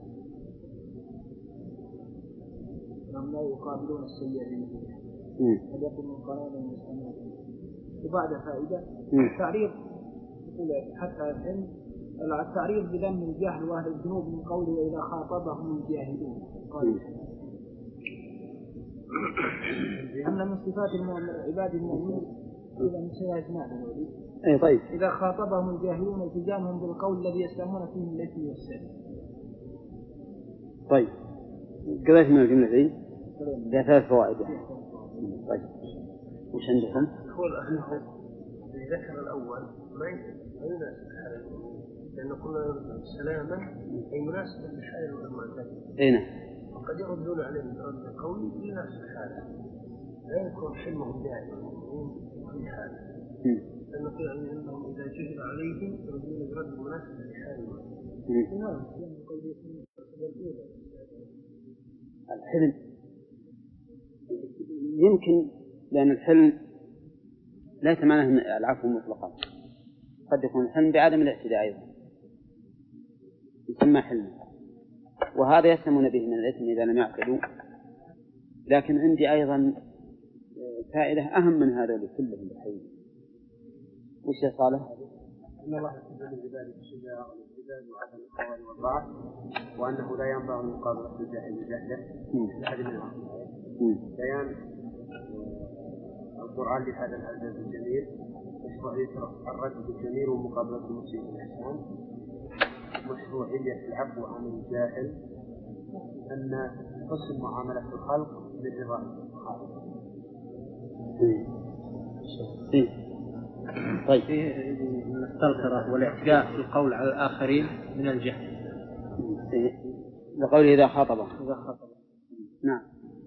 هم لا يقابلون السيئة بمثله وليكن من قرآن المستمع. وبعد فائدة التعريض يقول الحث على الحلم التعريض بذم الجهل وأهل الذنوب من قوله وإذا خاطبهم الجاهلون قالوا سلام. أما من صفات عباد المؤمنين إذا من سيأجمعنا أي طيب. إذا خاطبهم الجاهلون التزامهم بالقول الذي يسلمون فيه التي والسلام. طيب قضيت من الجملة دي فيها ثلاث فوائد. طيب وش عندكم؟ هو الأخير ذكر الأول ما يناسب الحال، لأنه قلنا سلاما أي مناسبة للحال المعتاد. أين؟ وقد يردون عليه من القول يناسب الحال، لا يكون حلمهم دائما في حال. لأنه يعني أنهم إذا جهل عليهم يردون برد مناسبة لحال. الحلم يمكن لأن الحلم ليس معناه العفو مطلقا، قد يكون الحلم بعدم الاعتداء أيضا يسمى حلم، وهذا يسلمون به من الإثم إذا لم يعتدوا. لكن عندي أيضا فائدة أهم من هذا كلهم بالحقيقة. وش يا صالح؟ أن الله يحب العباد بالشجاعة والاعتدال وعدم القوال والضعف، وأنه لا ينبغي مقابلة الجاهل بجهله لأحد منهم. بيان القرآن لهذا الأدب الجميل، مشروعية الرد بالجميل ومقابلة المسيء بالإحسان، مشروعية العفو عن الجاهل، أن حسن معاملة الخلق للرضا الخالق. طيب. فيه من التذكرة والاعتداء في القول على الآخرين من الجهل. لقوله إذا خاطبه. إذا خاطب. نعم.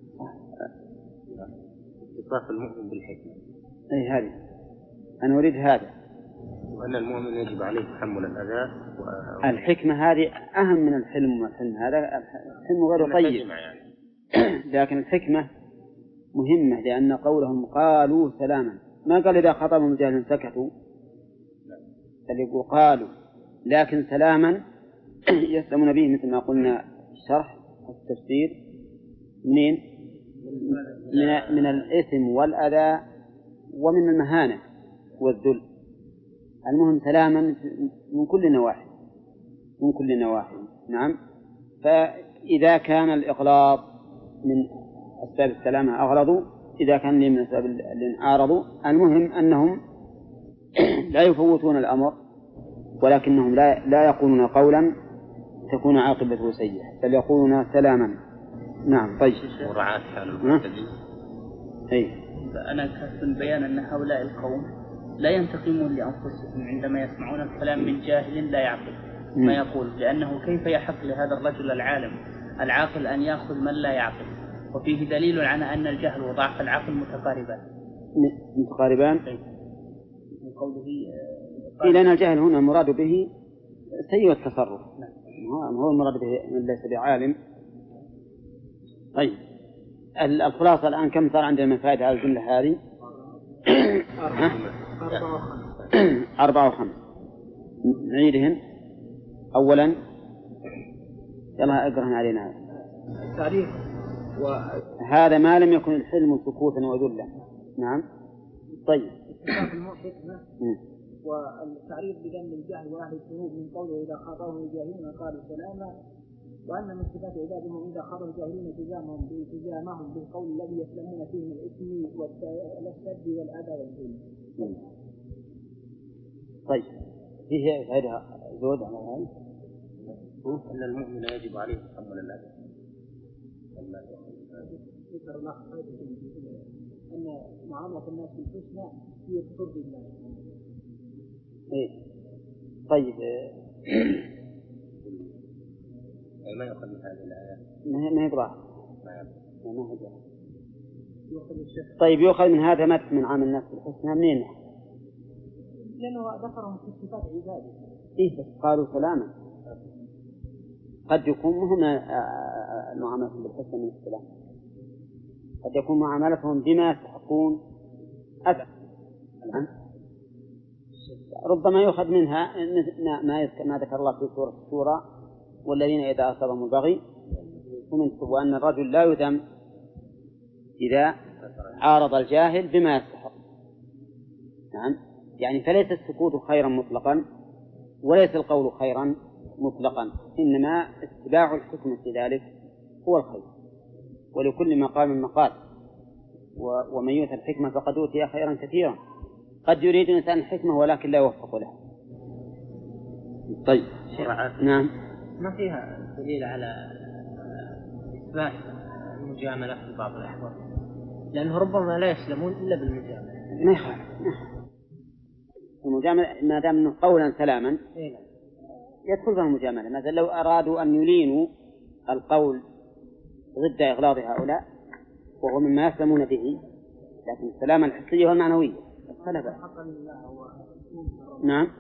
اتصاف المؤمن بالحكمة. أي هذه أنا أريد هذا. وأن المؤمن يجب عليه تحمل الأذى. و... الحكمة هذه أهم من الحلم والحلم. هذا الحلم غير طيب يعني. لكن الحكمة مهمة لأن قولهم قالوا سلاما ما قال إذا خاطبهم الجاهل سكتوا بل يقول قالوا لكن سلاما يسلمون به مثل ما قلنا في الشرح التفسير منين من, من الإثم والأذى ومن المهانة والذل. المهم سلاما من كل نواحي من كل نواحي. نعم. فإذا كان الإغلاظ من أسباب السلامة أغلظوا إذا كان لي من أسباب اللي أعرضوا المهم أنهم لا يفوتون الأمر ولكنهم لا, لا يقولون قولا تكون عاقبته سيئة بل يقولون سلاما. نعم. طيب. مراعاة حال المعتدين. أي. أنا كفت بيان أن هؤلاء القوم لا ينتقمون لأنفسهم عندما يسمعون الكلام من جاهل لا يعقل ما يقول لأنه كيف يحق لهذا الرجل العالم العاقل أن يأخذ من لا يعقل وفيه دليل على أن الجهل وضعف العقل متقاربان. متقاربان. من قوله إلى أن الجهل هنا المراد به سيء التصرف. هو المراد به من ليس بعالم. طيب الخلاصة الآن كم صار عندنا من فائدة على الجملة هذه؟ أربعة وخمس. نعيدهن. أولا يلا اقرأن علينا التعريف هذا ما لم يكن الحلم سكوتا وذلا. نعم. طيب. اتفاق المحكمة والتعريف بذم الجهل وأهل الذنوب من قوله إذا خاطبهم الجاهلون قالوا سلاما وأن من صفات عبادهم إذا خاطب الجاهلين التزامهم بالتزامهم بالقول الذي يسلمون فيه من الإثم والسب والأذى والذل. طيب فيه فائدة زود على هذا أن المؤمن يجب عليه تحمل الأذى. ذكر الله أن معاملة الناس بالحسنى هي ترضي الله. إيه. طيب ما يأخذ من هذه الآيات؟ ما يقرأ. ما ما يقرأ. طيب يؤخذ من هذا ما من عامل الناس بالحسنى منين؟ لأنه ذكرهم في صفات عباده. إيه بس قالوا سلاما. قد يكون مهم معاملتهم بالحسنى من السلام. قد يكون معاملتهم بما يستحقون أذى. ربما يؤخذ منها ما ما ذكر الله في سورة الشورى والذين إذا أصابهم البغي وأن الرجل لا يذم إذا عارض الجاهل بما يستحق. نعم. يعني فليس السكوت خيرا مطلقا وليس القول خيرا مطلقا إنما اتباع الحكمة في ذلك هو الخير ولكل مقام مقال ومن يؤتى الحكمة فقد أوتي خيرا كثيرا. قد يريد الإنسان الحكمة ولكن لا يوفق له. طيب. نعم. ما فيها دليل على إثبات المجاملة في بعض الأحوال لأنه ربما لا يسلمون إلا بالمجاملة. ما يخالف المجاملة ما دام أنه قولا سلاما يدخل فيها المجاملة. مثلا لو أرادوا أن يلينوا القول ضد إغلاظ هؤلاء وهو مما يسلمون به لكن السلامة الحسية والمعنوية فلا بأس. نعم.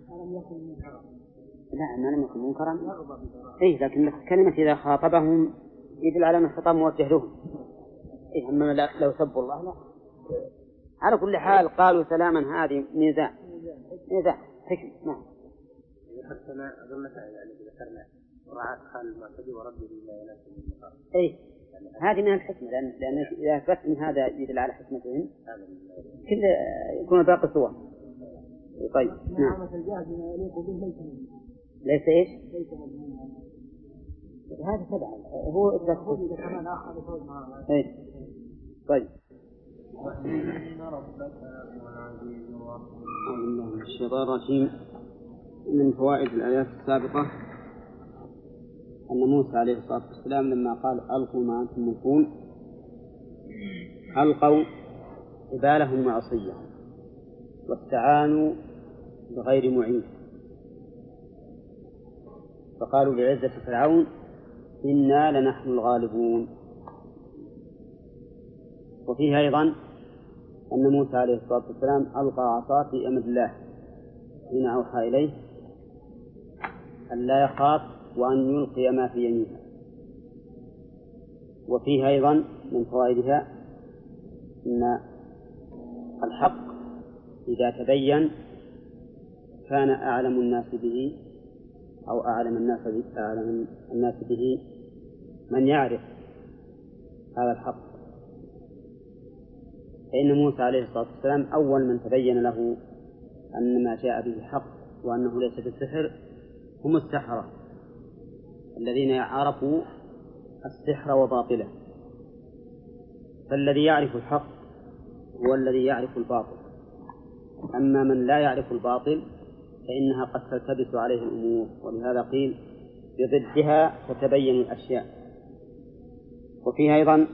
لا ما لم يكن منكرا. إيه لكن كلمة إذا خاطبهم يدل على أن الخطاب موجه لهم. إيه أما لو سبوا الله لا. على كل حال قالوا سلاما هذه نزاع نزاع حكم. نعم. حتى ما أظن يعني ذكرنا رعاة خال المعتدي ورده لا يناسب المقام. إيه هذه من الحكمة لأن لأن إذا أثبت من هذا يدل على حكمتهم كل يكون باقي صور. طيب. نعم. ليس إيش؟ هذا تبع هو إثبات حكم. إيه. طيب. وإن ربك هو العزيز الرحيم. أعوذ بالله من الشيطان الرجيم. من فوائد الآيات السابقة أن موسى عليه الصلاة والسلام لما قال ألقوا ما أنتم ملقون ألقوا حبالهم وعصيهم واستعانوا بغير معين، فقالوا بعزة فرعون إنا لنحن الغالبون. وفيه أيضا أن موسى عليه الصلاة والسلام ألقى عصاه في أمر الله حين أوحى إليه أن لا يخاف وأن يلقي ما في يمينه. وفيه أيضا من فوائدها أن الحق إذا تبين كان أعلم الناس به أو أعلم الناس به, أعلم الناس به من يعرف هذا الحق، فإن موسى عليه الصلاة والسلام أول من تبين له أن ما جاء به حق وأنه ليس بالسحر هم السحرة الذين عرفوا السحر وباطله. فالذي يعرف الحق هو الذي يعرف الباطل، أما من لا يعرف الباطل فإنها قد تلتبس عليه الأمور، ولهذا قيل بضدها تتبين الأشياء. وفيها أيضا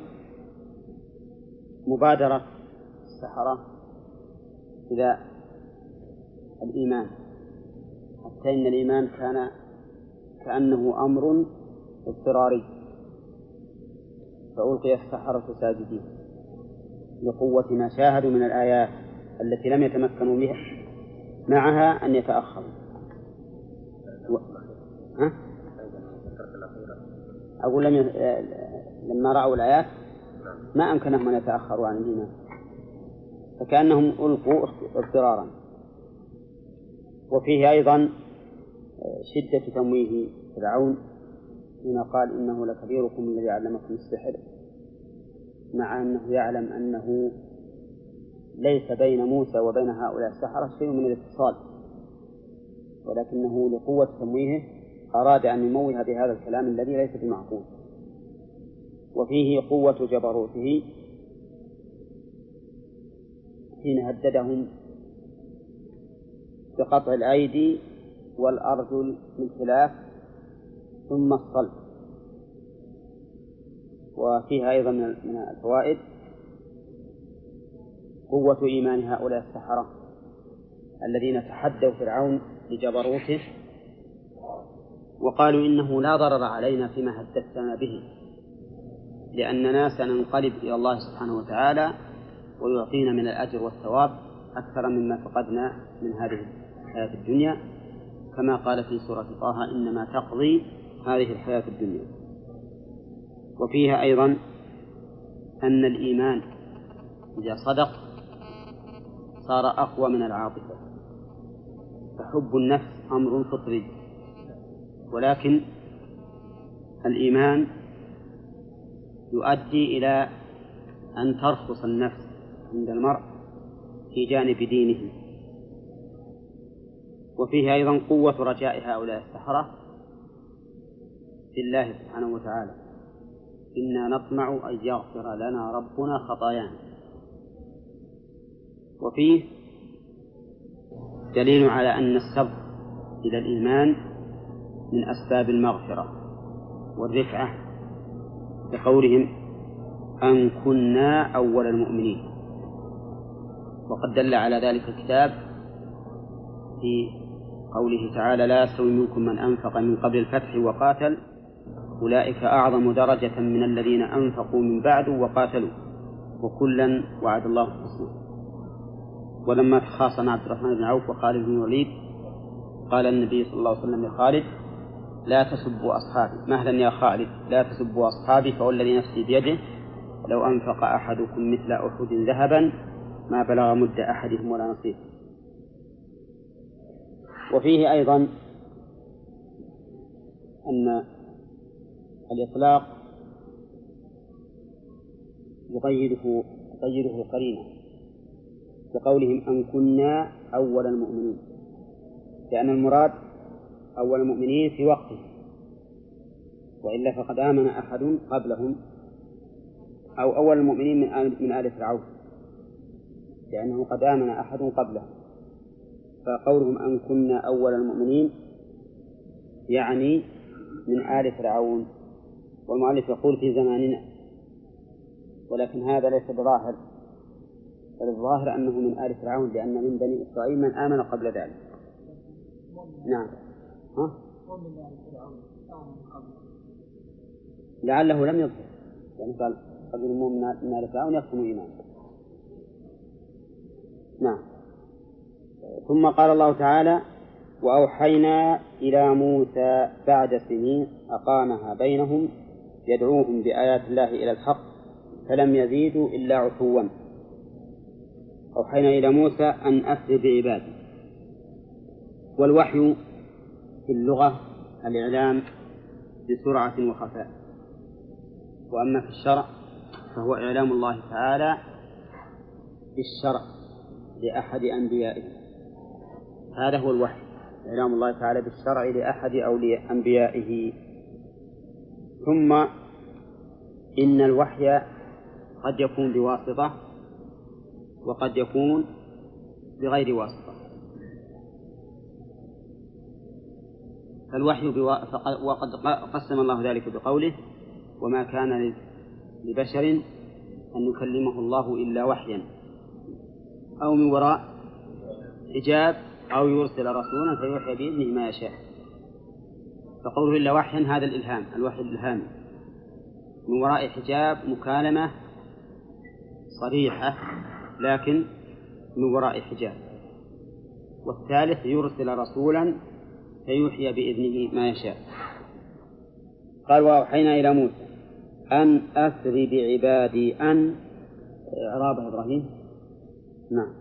مبادرة السحرة إلى الإيمان، حتى إن الإيمان كان كأنه أمر اضطراري، فألقي السحرة ساجدين لقوة ما شاهدوا من الآيات التي لم يتمكنوا بها معها أن يتأخروا. و... ها؟ أقول لم ي... لما رأوا الآيات ما أمكنهم أن يتأخروا عن الإيمان، فكأنهم ألقوا اضطرارا. وفيه أيضا شدة تمويه فرعون حين قال إنه لكبيركم الذي علمكم السحر، مع أنه يعلم أنه ليس بين موسى وبين هؤلاء السحرة شيء من الاتصال، ولكنه لقوة تمويهه أراد أن يموه بهذا الكلام الذي ليس بمعقول. وفيه قوة جبروته حين هددهم بقطع الأيدي والأرجل بالخلاف ثم الصلب. وفيها أيضا من الفوائد قوة إيمان هؤلاء السحرة الذين تحدوا فرعون لجبروته وقالوا إنه لا ضرر علينا فيما حدثتنا به، لأننا سننقلب إلى الله سبحانه وتعالى ويعطينا من الأجر والثواب أكثر مما فقدنا من هذه الحياة الدنيا، كما قال في سورة طه إنما تقضي هذه الحياة الدنيا. وفيها أيضا أن الإيمان إذا صدق صار أقوى من العاطفة، فحب النفس أمر فطري، ولكن الإيمان يؤدي إلى أن ترخص النفس عند المرء في جانب دينه. وفيه أيضا قوة رجاء هؤلاء السحرة في الله سبحانه وتعالى، إنا نطمع أن يغفر لنا ربنا خطايانا. وفيه دليل على أن السبق إلى الإيمان من أسباب المغفرة والرفعة بقولهم أن كنا أول المؤمنين. وقد دل على ذلك الكتاب في قوله تعالى لا يستوي منكم من أنفق من قبل الفتح وقاتل أولئك أعظم درجة من الذين أنفقوا من بعد وقاتلوا وكلا وعد الله الحسنى. ولما تخاصم عبد الرحمن بن عوف وخالد بن الوليد قال النبي صلى الله عليه وسلم لخالد لا تسبوا أصحابي، مهلا يا خالد لا تسبوا أصحابي فوالذي نفسي بيده لو أنفق أحدكم مثل أحد ذهبا ما بلغ مد أحدهم ولا نصيب. وفيه أيضا أن الإطلاق يقيده يقيده القرينة بقولهم أن كنا أول المؤمنين، لأن المراد أول المؤمنين في وقته، وإلا فقد آمن أحد قبلهم، أو أول المؤمنين من آل, من آل فرعون، لأنه قد آمن أحد قبله. فقولهم أن كنا أول المؤمنين يعني من آل فرعون، والمؤلف يقول في زماننا، ولكن هذا ليس بظاهر، بل الظاهر أنه من آل فرعون، لأن من بني إسرائيل من آمن قبل ذلك. نعم. ها؟ لعله لم يظهر، يعني قال قبل المؤمن من آل فرعون يكتم إيمانه. نعم. ثم قال الله تعالى: وأوحينا إلى موسى بعد سنين أقامها بينهم يدعوهم بآيات الله إلى الحق فلم يزيدوا إلا عتوا. أوحينا إلى موسى أن أسر بعبادي. والوحي في اللغة الإعلام بسرعة وخفاء، وأما في الشرع فهو إعلام الله تعالى بالشرع لأحد أنبيائه. هذا هو الوحي، إعلام الله تعالى بالشرع لأحد أولياء أنبيائه. ثم إن الوحي قد يكون بواسطة وقد يكون بغير واسطة. فالوحي بوا... وقد قسم الله ذلك بقوله: وما كان لبشر أن يكلمه الله إلا وحيا أو من وراء حجاب أو يرسل رسولا فيوحي بإذنه ما يشاء. فقوله إلا وحيا هذا الإلهام، الوحي الإلهامي. من وراء حجاب مكالمة صريحة لكن من وراء حجاب. والثالث يرسل رسولا فيوحي بإذنه ما يشاء. قال: وأوحينا إلى موسى أن أسر بعبادي. أن إعرابها إبراهيم. نعم.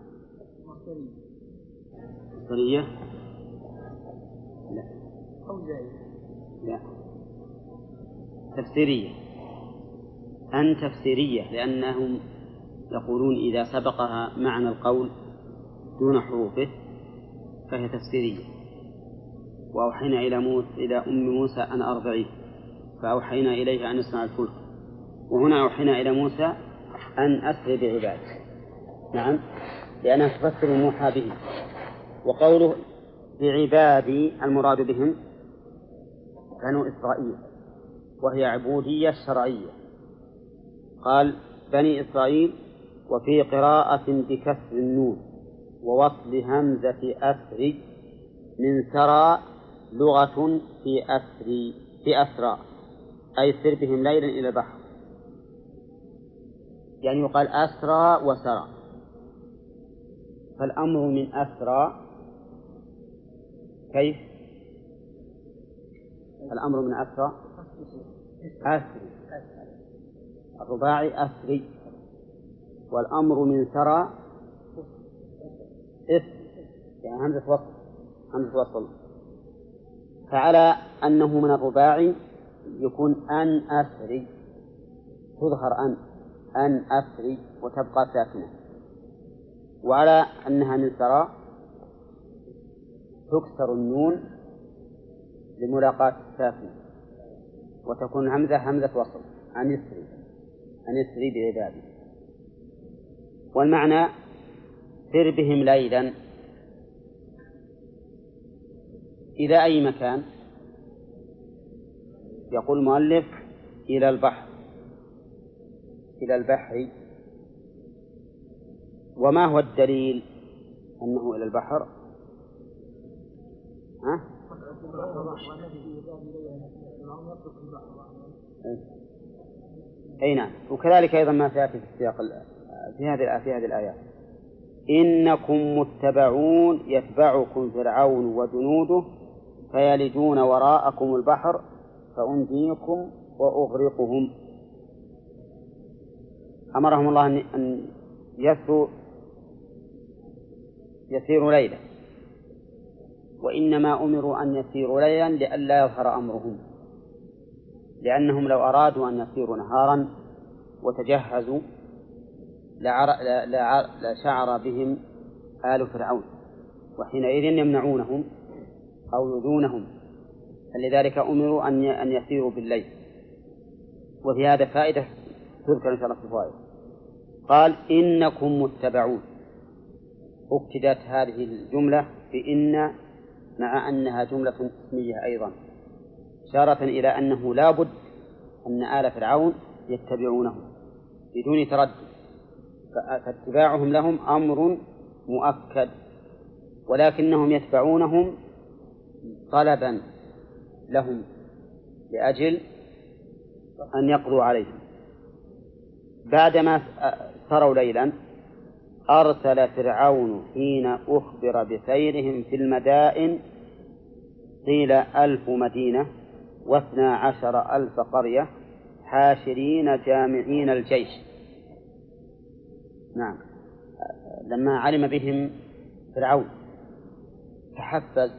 مصدرية. لا. لا. تفسيرية. أن تفسيرية، لأنهم يقولون إذا سبقها معنى القول دون حروفه فهي تفسيرية. وأوحينا إلى موسى إلى أم موسى أن أرضعيه فأوحينا إليه أن يصنع الفلك. وهنا أوحينا إلى موسى أن أسر بعباده. نعم، لأنها تفسر الموحى به. وقوله بعبادي المراد بهم بنو إسرائيل، وهي عبودية شرعية. قال بني إسرائيل، وفي قراءة بكسر النون ووصل همزة أسر من سرى لغة في أسري في أسرى، أي سر بهم ليلا إلى البحر. يعني يقال أسرى وسرى. فالأمر من أسرى كيف؟ الأمر من أسرى أسري، الرباعي أسري. والأمر من سرى إسري، يعني همزة وصل، همزة وصل. فعلى أنه من الرباعي يكون أن أسري، تظهر أن أن أسري وتبقى ساكنة. وعلى أنها من سرى تكسر النون لملاقاة الساكنة وتكون همزة همزة وصل، أن يسري، أن يسري بعباده. والمعنى سر بهم ليلا إلى أي مكان؟ يقول المؤلف إلى البحر، إلى البحر. وما هو الدليل أنه إلى البحر؟ ها؟ أي نعم. وكذلك أيضا ما سيأتي في السياق في هذه في هذه الآيات: إنكم متبعون يتبعكم فرعون وجنوده فيلجون وراءكم البحر فأنجيكم وأغرقهم. أمرهم الله أن يسروا يسيروا ليلا، وإنما أمروا أن يسيروا ليلا لئلا يظهر أمرهم، لأنهم لو أرادوا أن يسيروا نهارا وتجهزوا لشعر بهم آل فرعون، وحينئذ يمنعونهم أو يؤذونهم. فلذلك أمروا أن يسيروا بالليل. وفي هذا فائدة تذكر إن شاء الله في الفوائد. قال إنكم متبعون، ابتدت هذه الجملة بإن مع أنها جملة اسمية أيضا، إشارة إلى أنه لا بد أن آل فرعون يتبعونه بدون تردد. فاتباعهم لهم أمر مؤكد، ولكنهم يتبعونهم طلبا لهم لأجل أن يقضوا عليهم. بعدما سروا ليلا أرسل فرعون حين أخبر بسيرهم في المدائن قيل ألف مدينة واثنا عشر ألف قرية حاشرين جامعين الجيش. نعم، لما علم بهم فرعون تحفز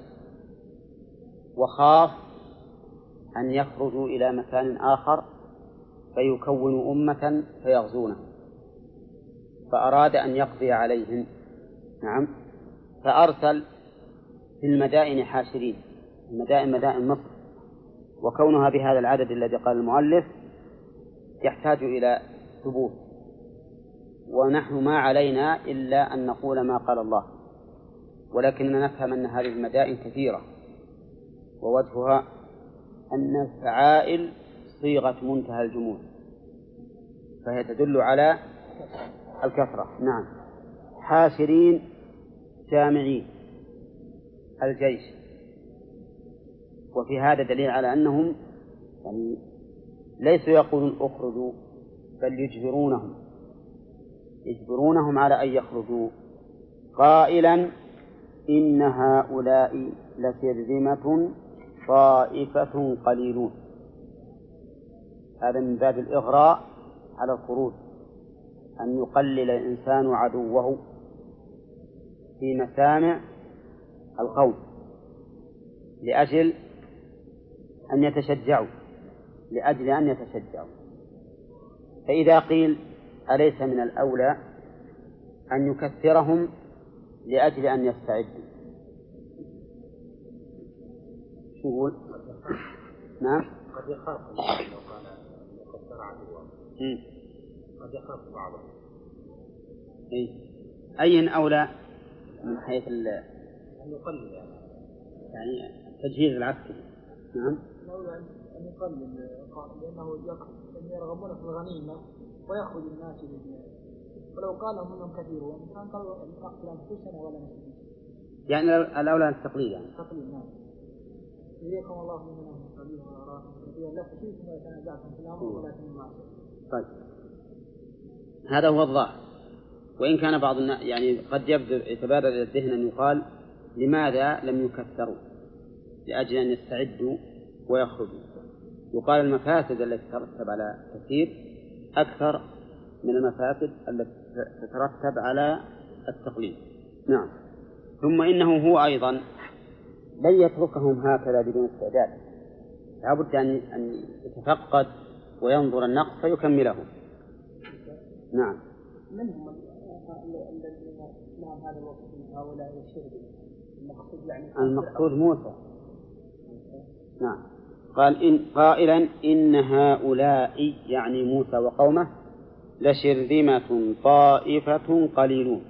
وخاف أن يخرجوا إلى مكان آخر فيكونوا أمة فيغزونه، فأراد أن يقضي عليهم. نعم، فأرسل في المدائن حاشرين، المدائن مدائن مصر، وكونها بهذا العدد الذي قال المؤلف يحتاج إلى ثبوت، ونحن ما علينا إلا أن نقول ما قال الله، ولكننا نفهم أن هذه المدائن كثيرة، ووجهها أن الفعائل صيغة منتهى الجموع، فهي تدل على الكثرة. نعم، حاشرين جامعين الجيش، وفي هذا دليل على أنهم يعني ليسوا يقولون اخرجوا، بل يجبرونهم يجبرونهم على أن يخرجوا، قائلا إن هؤلاء لشرذمة طائفة قليلون. هذا من باب الإغراء على الخروج، أن يقلل الإنسان عدوه في مسامع القوم لأجل أن يتشجعوا لأجل أن يتشجعوا. فإذا قيل أليس من الأولى أن يكثرهم لأجل أن يستعدوا؟ شو يقول؟ نعم، قد يخاف لو قال يكثر عدوه، قد يخاف بعضهم. أي أي أولى من حيث ال أن يقلل يعني يعني التجهيز العسكري. نعم، الأولى أن يقلل، لأنه يرغبون في الغنيمة ويخرج الناس بالجهاد، ولو قال منهم كثيرون كان قالوا نقتل أنفسنا ولا نسلم. يعني الأولى التقليد، يعني تقليد. نعم، يريكم الله منهم قليل ولا راكم كثيرا لا تشركوا ولا تنازعتم في الأمر ولكن المعصية. طيب، هذا هو الظاهر، وإن كان بعض الناس يعني قد يتبادر إلى الذهن أن يقال لماذا لم يكثروا لأجل أن يستعدوا ويخرجوا. يقال المفاسد التي تترتب على كثير أكثر من المفاسد التي تترتب على التقليد. نعم، ثم إنه هو أيضا لن يتركهم هكذا بدون استعداد، لابد أن يتفقد وينظر النقص فيكمله. نعم، من هم الذين لهم هذا الوصف من هؤلاء الشرذمة؟ المقصود يعني المقصود موسى. نعم، قال إن قائلا إن هؤلاء يعني موسى وقومه لشرذمة طائفة قليلون.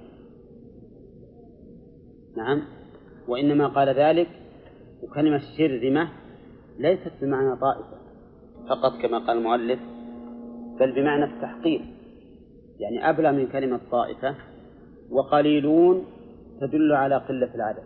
نعم، وإنما قال ذلك، وكلمة شرذمة ليست بمعنى طائفة فقط كما قال المؤلف، بل بمعنى التحقير، يعني أبلغ من كلمة طائفة. وقليلون تدل على قلة العدد،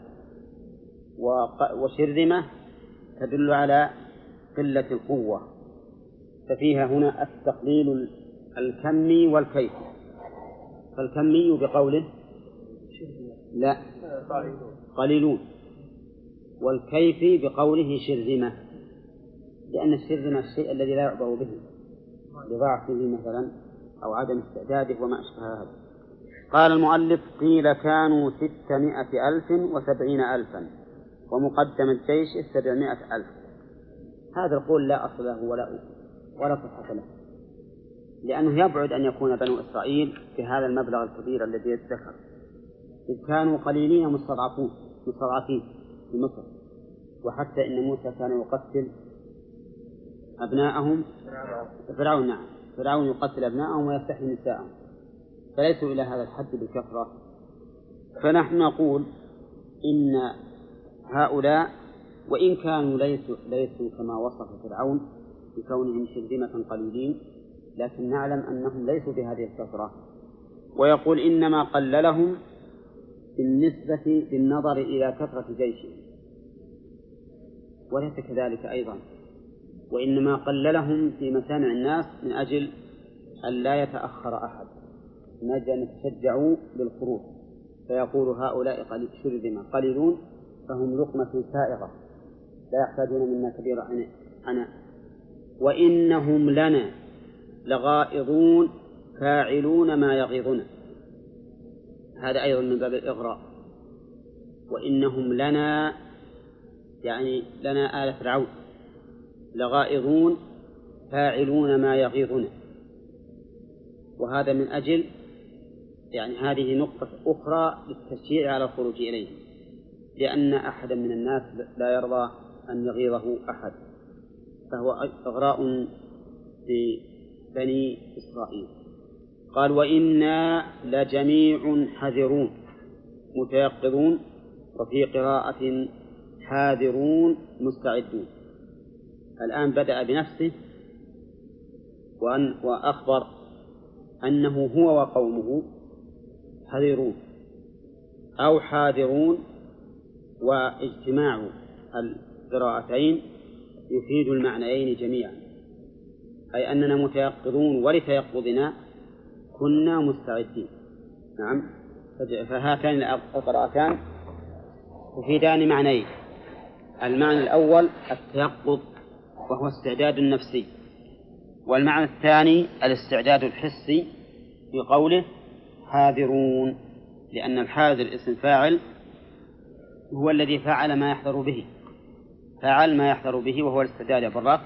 وشرذمة تدل على قلة القوة، ففيها هنا التقليل الكمي والكيفي. فالكمي بقوله لا قليلون، والكيفي بقوله شرذمة، لأن الشرذمة الشيء الذي لا يعبأ به لضعفه مثلا أو عدم استعداده وما أشبه هذا. قال المؤلف قيل كانوا ستمائة ألف وسبعين ألفا ومقدم الجيش سبعمائة ألف. هذا القول لا أصل له ولا ولا صحة له، لأنه يبعد أن يكون بنو إسرائيل بهذا المبلغ الكبير الذي يذكر، إذ كانوا قليلين مستضعفون مستضعفين في مصر، وحتى إن موسى كان يقتل أبناءهم فرعون. نعم، فرعون يقتل أبناءهم ويستحيي نساءهم، فليسوا إلى هذا الحد بالكثرة. فنحن نقول إن هؤلاء وإن كانوا ليسوا, ليسوا كما وصف فرعون بكونهم شرذمة قليلين، لكن نعلم أنهم ليسوا بهذه الكثرة، ويقول إنما قللهم بالنسبة بالنظر إلى كثرة جيشهم، وليس كذلك أيضا، وإنما قللهم في مسامع الناس من أجل أن لا يتأخر أحد، من أجل أن يتشجعوا بالخروج، فيقول هؤلاء شرذمة قليلون فهم لقمة سائغة لا يحتاجون منا كبير عناء. وإنهم لنا لغائظون فاعلون ما يغيظنا، هذا أيضا من باب الإغراء. وإنهم لنا يعني لنا آل فرعون لغائظون فاعلون ما يغيظنا، وهذا من أجل يعني هذه نقطة أخرى للتشجيع على الخروج إليه، لأن أحدا من الناس لا يرضى أن يغيظه أحد، فهو إغراء لبني إسرائيل. قال وإنا لجميع حذرون متيقظون، وفي قراءة حاذرون مستعدون. الآن بدأ بنفسه وأن وأخبر أنه هو وقومه حذرون أو حاذرون، واجتماع القراءتين يفيد المعنيين جميعا، أي أننا متيقظون ولتيقظنا كنا مستعدين. نعم، فهاتان القراءتان تفيدان معنيين: المعنى الأول التيقظ وهو استعداد نفسي، والمعنى الثاني الاستعداد الحسي في قوله حاذرون، لأن الحاذر اسم فاعل هو الذي فعل ما يحذر به، فعل ما يحذر به وهو الاستعداد بالرفع.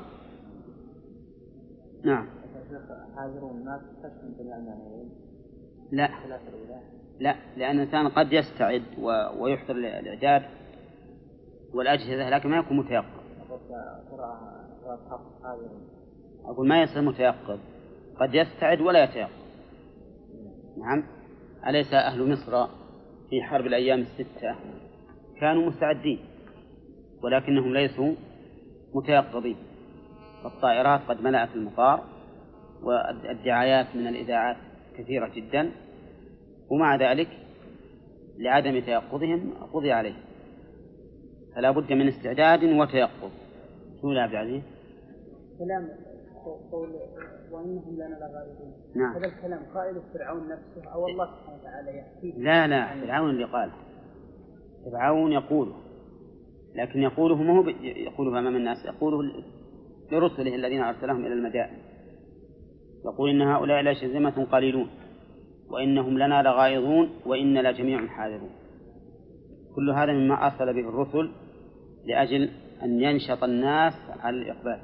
نعم. حاذرون ما تستشمل جميع المعنيين؟ لا لا، لأن الإنسان قد يستعد ويحضر الإعداد والأجهزة لكن ما يكون متيقظ. أقول ما يصير متيقظ، قد يستعد ولا يتيقظ. نعم. أليس أهل مصر في حرب الأيام الستة كانوا مستعدين ولكنهم ليسوا متيقظين؟ الطائرات قد ملأت المطار والدعايات من الإذاعات كثيرة جدا، ومع ذلك لعدم تيقظهم قضي عليه، فلا بد من استعداد وتيقظ. شو يا عبد العزيز؟ كلام قول وإنهم لنا لغائبون. نعم. هذا الكلام قائل فرعون نفسه أو الله سبحانه وتعالى يحكيه؟ لا لا، فرعون اللي قال، فرعون يقوله، لكن يقوله ما هو يقوله أمام الناس، يقوله لرسله الذين أرسلهم إلى المدائن، يقول إن هؤلاء لشرذمة قليلون وإنهم لنا لغائظون وإن لجميع حاذرون. كل هذا مما أرسل به الرسل لأجل أن ينشط الناس على الإقبال.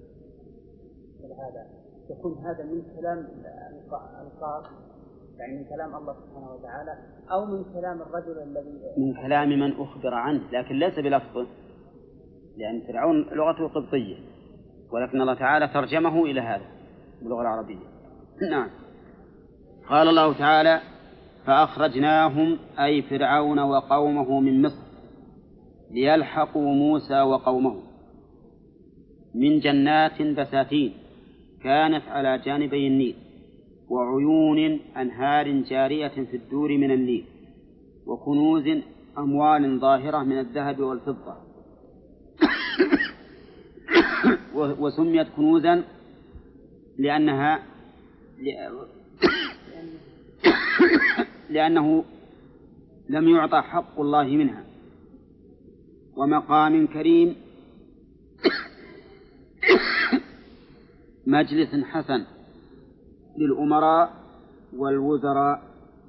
هذا يكون هذا من كلام القاص، يعني من كلام الله سبحانه وتعالى، أو من كلام الرجل الذي من كلام من أخبر عنه، لكن ليس بلفظه، لأن فرعون لغته قبطية، ولكن الله تعالى ترجمه إلى هذا باللغة العربية. نعم. قال الله تعالى فأخرجناهم أي فرعون وقومه من مصر ليلحقوا موسى وقومه من جنات بساتين كانت على جانبي النيل وعيون أنهار جارية في الدور من النيل وكنوز أموال ظاهرة من الذهب والفضة وسميت كنوزا لأنها لأنه لم يعطى حق الله منها، ومقام كريم مجلس حسن للأمراء والوزراء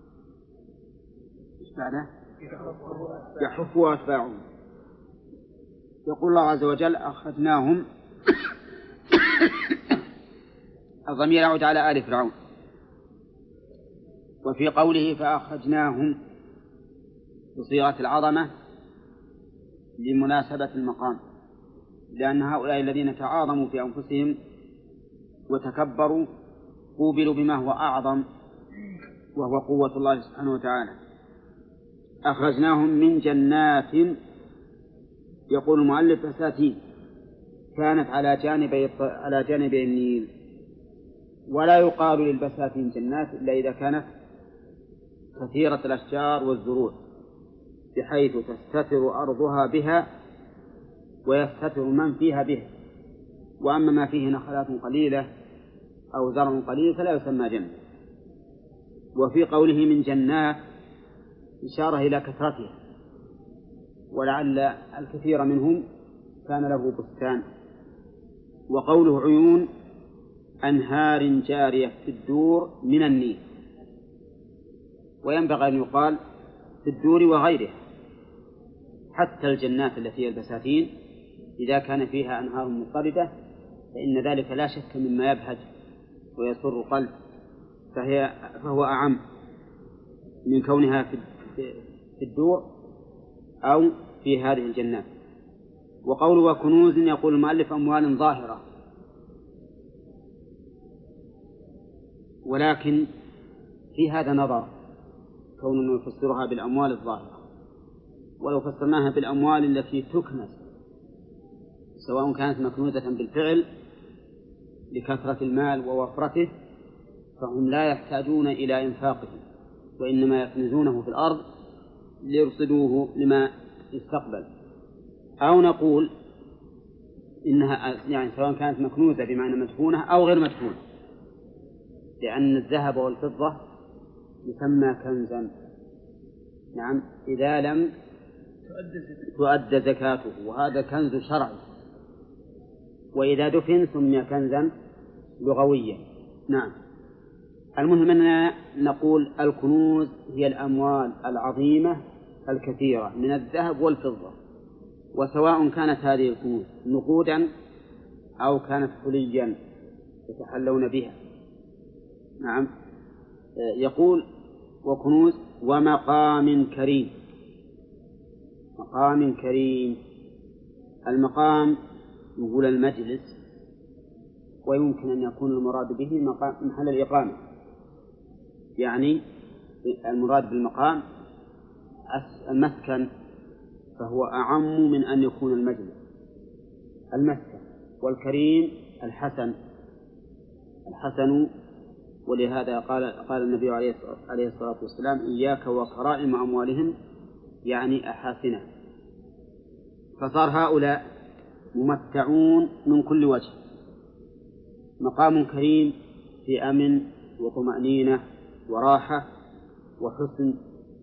بعده يحفوا أتباعهم. يقول الله عز وجل أخرجناهم، الضمير يعود على آل فرعون، وفي قوله فأخرجناهم بصيغة العظمة لمناسبة المقام، لأن هؤلاء الذين تعاظموا في أنفسهم وتكبروا قوبلوا بما هو أعظم وهو قوة الله سبحانه وتعالى. أخرجناهم من جنات، يقول المؤلف بساتين كانت على جانبي على جانبي النيل، ولا يقال للبساتين جنات إلا إذا كانت كثيرة الأشجار والزروع بحيث تستتر أرضها بها ويستتر من فيها بها. وأما ما فيه نخلات قليلة أو زرع قليل فلا يسمى جنة. وفي قوله من جنات إشارة إلى كثرتها، ولعل الكثير منهم كان له بستان. وقوله عيون أنهار جارية في الدور من النيل، وينبغي أن يقال في الدور وغيرها، حتى الجنات التي هي البساتين إذا كان فيها أنهار مضطردة فإن ذلك لا شك مما يبهج ويسر قلب، فهي فهو أعم من كونها في الدور أو في هذه الجنات. وقول وكنوز يقول المؤلف أموال ظاهرة، ولكن في هذا نظر كونه يفسرها بالأموال الظاهرة، ولو فسرناها بالأموال التي تكنز سواء كانت مكنوزة بالفعل لكثرة المال ووفرته فهم لا يحتاجون إلى إنفاقه، وإنما يكنزونه في الأرض ليرصدوه لما يستقبل. أو نقول إنها يعني سواء كانت مكنوزة بمعنى مدفونة أو غير مدفونة، لأن الذهب والفضة يسمى كنزا، نعم، إذا لم تؤدى زكاته، وهذا كنز شرعي، وإذا دفن سمي كنزا لغويا. نعم. المهم أننا نقول الكنوز هي الأموال العظيمة الكثيرة من الذهب والفضة، وسواء كانت هذه الكنوز نقودا أو كانت حليا يتحلون بها. نعم. يقول وكنوز ومقام كريم. مقام كريم، المقام يقول المجلس، ويمكن أن يكون المراد به مقام محل الإقامة، يعني المراد بالمقام المسكن، فهو أعم من أن يكون المجلس المسكن. والكريم الحسن الحسن ولهذا قال قال النبي عليه الصلاة والسلام إياك وكرائم أموالهم، يعني أحاسنها. فصار هؤلاء ممتعون من كل وجه، مقام كريم في أمن وطمأنينة وراحة وحسن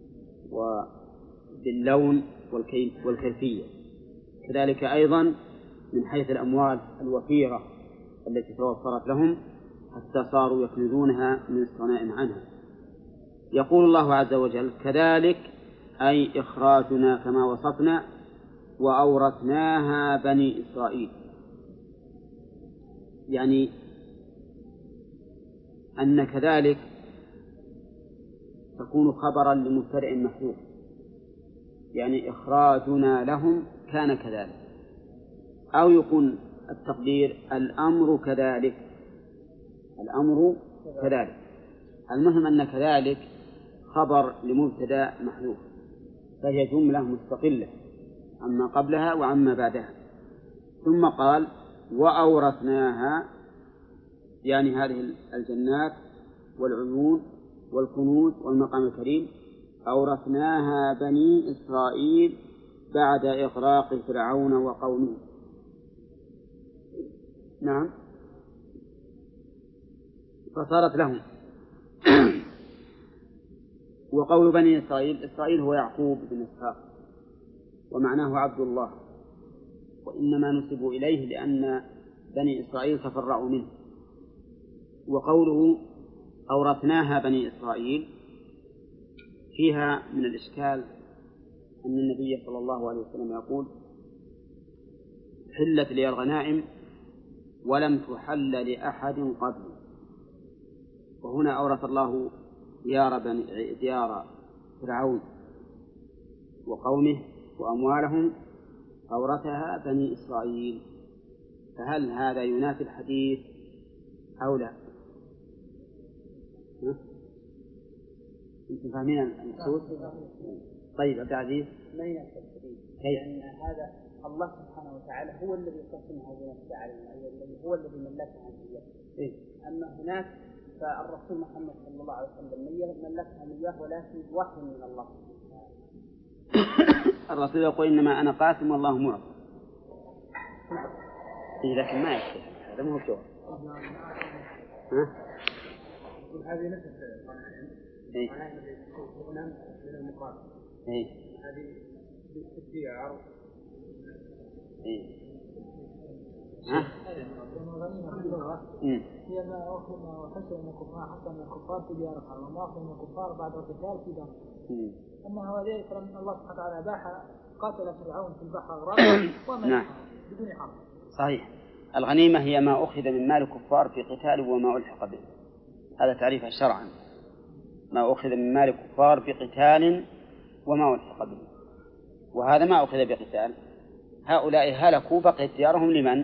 وباللون والكيفية، كذلك أيضا من حيث الأموال الوفيرة التي توفرت لهم حتى صاروا يكنزونها من استغناء عنها. يقول الله عز وجل كذلك أي إخراجنا كما وصفنا وأورثناها بني إسرائيل، يعني أن كذلك تكون خبرا لمبتدأ محذوف، يعني إخراجنا لهم كان كذلك، أو يكون التقدير الأمر كذلك، الأمر كذلك. المهم أن كذلك خبر لمبتدأ محذوف، فهي جملة مستقلة عما قبلها وعما بعدها. ثم قال وأورثناها، يعني هذه الجنات والعيون والكنوز والمقام الكريم أورثناها بني إسرائيل بعد إغراق فرعون وقومه. نعم، فصارت لهم. وقول بني إسرائيل، إسرائيل هو يعقوب بن إسحاق، ومعناه عبد الله، وإنما نسبوا إليه لأن بني إسرائيل تفرعوا منه. وقوله أورثناها بني إسرائيل فيها من الإشكال أن النبي صلى الله عليه وسلم يقول حلت لي الغنائم ولم تحل لأحد قبل، وهنا أورث الله ديار, بني ديار فرعون وقومه وأموالهم أورثها بني إسرائيل، فهل هذا ينافي الحديث أو لا؟ أنتم فاهمين المقصود؟ طيب عبد العزيز، ما ينافي الحديث، لأن هذا الله سبحانه وتعالى هو الذي قسمها بنفسه على الذي هو الذي ملكها بيده. أما هناك فالرسول محمد صلى الله عليه وسلم ملكها إياه ولكن وحي من الله. الرسول يقول إنما أنا قاسم والله معطي. إيه لكن ما يكفي هذا مو بجواب. ها؟ هذه نفس إيه. من المقابل. إيه. هذه بالتشجيع عرض. إيه. ها؟ هي ما أخذ ما حصل من الكفار حتى من الكفار في ديارها وما أخذ من الكفار بعد القتال في دارها. أما هو ذلك فلما الله سبحانه وتعالى أباح قاتل فرعون في البحر غرقا وما بدون حرب. صحيح. الغنيمة هي ما أخذ من مال الكفار في قتال وما ألحق به. هذا تعريفها شرعا. ما أخذ من مال الكفار بقتال وما ألحق به. وهذا ما أخذ بقتال. هؤلاء هلكوا بقيت ديارهم لمن؟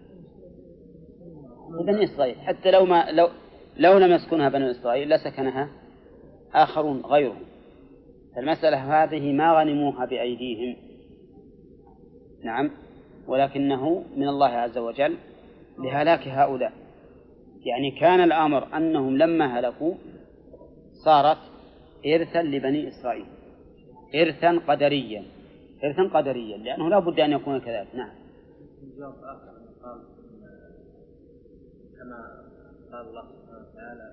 لبني إسرائيل. حتى لو ما لو لو لم يسكنها بني إسرائيل لسكنها آخرون غيرهم. فالمسألة هذه ما غنموها بأيديهم. نعم. ولكنه من الله عز وجل لهلاك هؤلاء. يعني كان الأمر أنهم لما هلكوا صارت إرثا لبني إسرائيل، إرثا قدريا، إرثا قدريا، لأنه لا بد أن يكون كذلك. نعم. كما قال الله سبحانه وتعالى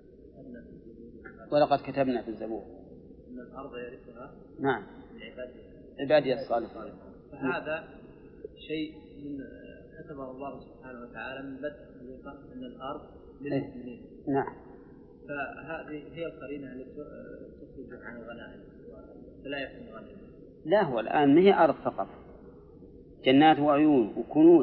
ولقد كتبنا في الزبور أن الأرض يرثها نعم عبادي الصالحين. فهذا شيء من كتبه الله سبحانه وتعالى من بدء خليقة أن الأرض للمؤمنين. نعم. فهذه هي القرينة التي تخرج عن الغنائم فلا يكون غنائم. لا هو الآن ما هي أرض فقط، جنات وعيون وكنوز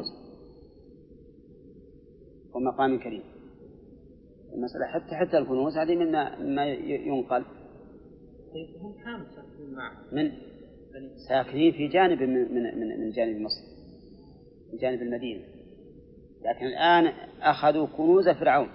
ومقام كريم. المسألة حتى حتى الكنوز هذه مما ما ينقل. هم كانوا ساكنين معه من ساكنين في جانب من من من, من جانب مصر، من جانب المدينة، لكن الآن أخذوا كنوز فرعون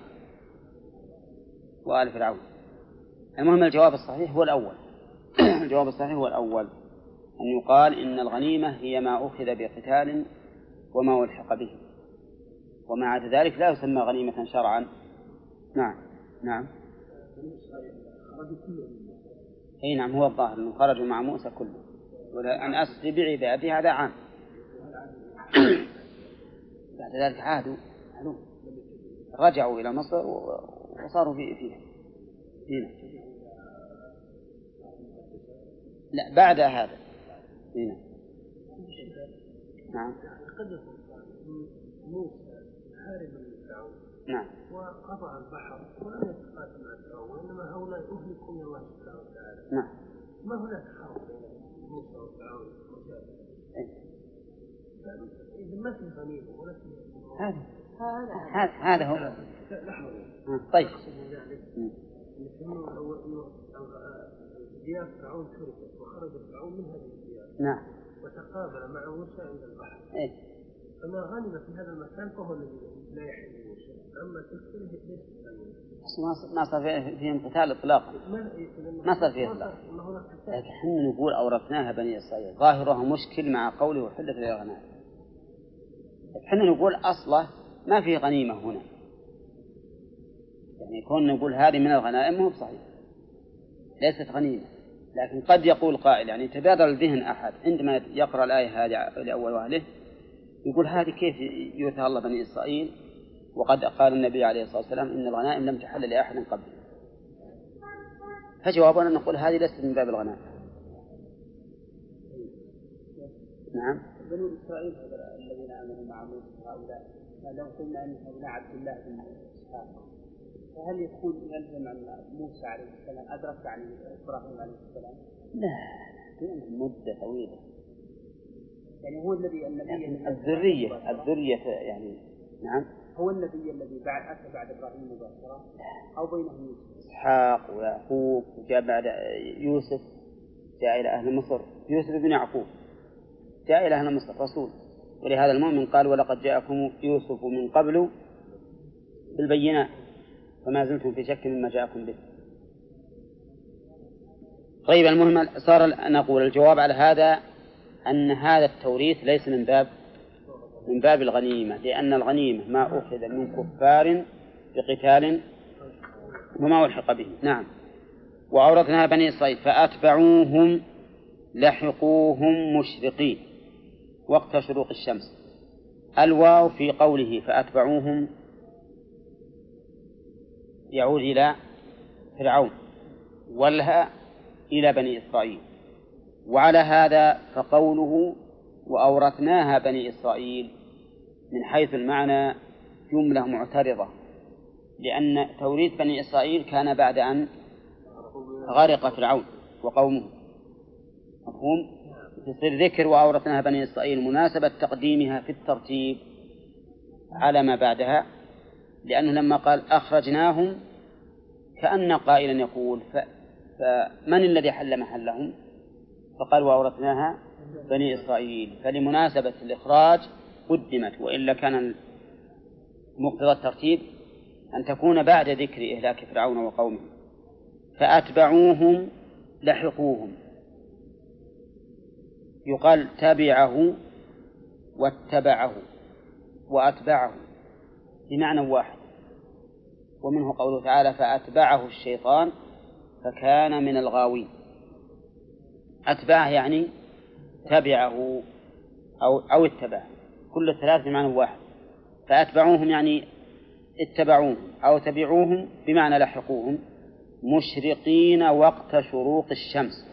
وآل فرعون. المهم الجواب الصحيح هو الأول. الجواب الصحيح هو الأول، أن يقال إن الغنيمة هي ما أخذ بقتال وما ألحق به، وما عدا ذلك لا يسمى غنيمة شرعا. نعم. نعم. أي نعم هو الظاهر أنه خرجوا مع موسى كله، وأن أسري بعبادي هذا عام. بعد ذلك عادوا رجعوا إلى مصر وصاروا فيها. هنا. لا بعد هذا. هنا. نعم. موسى حارب فرعون. نعم. وقطع البحر ولم يتقاتل مع فرعون، وإنما هؤلاء أهلكوا من الله سبحانه وتعالى. نعم. ما هناك حرب بين موسى وفرعون. إذا ما في غنيمة ولا في هذا هذا هو. طيب. ديار فرعون تركت وخرج فرعون من هذه الديار. نعم. وتقابل مع موسى عند البحر. إيه. فما غنم في هذا المكان فهو الذي لا يحل موسى. أما تلك ليست غنيمة. ما صار فيهم قتال إطلاقا. ما صار فيه إطلاق. لكن حنا نقول أورثناها بني إسرائيل، ظاهرها مشكل مع قوله وحلت للغنائم. حنا نقول أصله ما في غنيمة هنا، يعني يكون نقول هذه من الغنائم مو صحيح، ليست غنيمة. لكن قد يقول قائل، يعني تبادر الذهن أحد عندما يقرأ الآية هذه لأول وهله يقول هذه كيف يورثها الله بني إسرائيل وقد قال النبي عليه الصلاة والسلام إن الغنائم لم تحل لأحد قبل. فجوابنا نقول هذه ليست من باب الغنائم. نعم. بنو إسرائيل الذين آمنوا مع موسى هؤلاء لو قلنا أن هؤلاء عبد الله بن إسحاق، فهل يكون يلزم أن موسى عليه السلام أدرك عن إبراهيم عليه السلام؟ لا، مدة طويلة. يعني هو الذي النبي الذرية الذرية يعني. نعم. هو النبي الذي بعد أتى بعد إبراهيم مباشرة أو بينهم يوسف؟ إسحاق ويعقوب، وجاء بعد يوسف جاء إلى أهل مصر، يوسف بن يعقوب جاء إلى أهل مصر رسول. ولهذا المؤمن قال ولقد جاءكم يوسف من قبل بالبينات فما زلتم في شك مما جاءكم به. طيب المهم صار نقول الجواب على هذا أن هذا التوريث ليس من باب من باب الغنيمة، لأن الغنيمة ما أخذ من كفار بقتال وما ألحق به. نعم. وأورثنا بني إسرائيل فأتبعوهم لحقوهم مشرقين وقت شروق الشمس. الواو في قوله فأتبعوهم يعود إلى فرعون، والهاء إلى بني إسرائيل. وعلى هذا فقوله وأورثناها بني إسرائيل من حيث المعنى جملة معترضة، لأن توريث بني إسرائيل كان بعد أن غرق فرعون وقومه. مفهوم؟ يصير ذكر وأورثناها بني إسرائيل مناسبة تقديمها في الترتيب على ما بعدها، لأنه لما قال أخرجناهم كأن قائلا يقول فمن الذي حل محلهم؟ فقال وأورثناها بني إسرائيل، فلمناسبة الإخراج قدمت، وإلا كان مقتضى الترتيب أن تكون بعد ذكر إهلاك فرعون وقومه. فأتبعوهم لحقوهم، يقال تبعه واتبعه وأتبعه بمعنى واحد، ومنه قوله تعالى فأتبعه الشيطان فكان من الغاوين. أتبعه يعني تبعه أو, أو اتبعه، كل الثلاث بمعنى واحد. فأتبعوهم يعني اتبعوهم أو تبعوهم بمعنى لحقوهم مشرقين وقت شروق الشمس،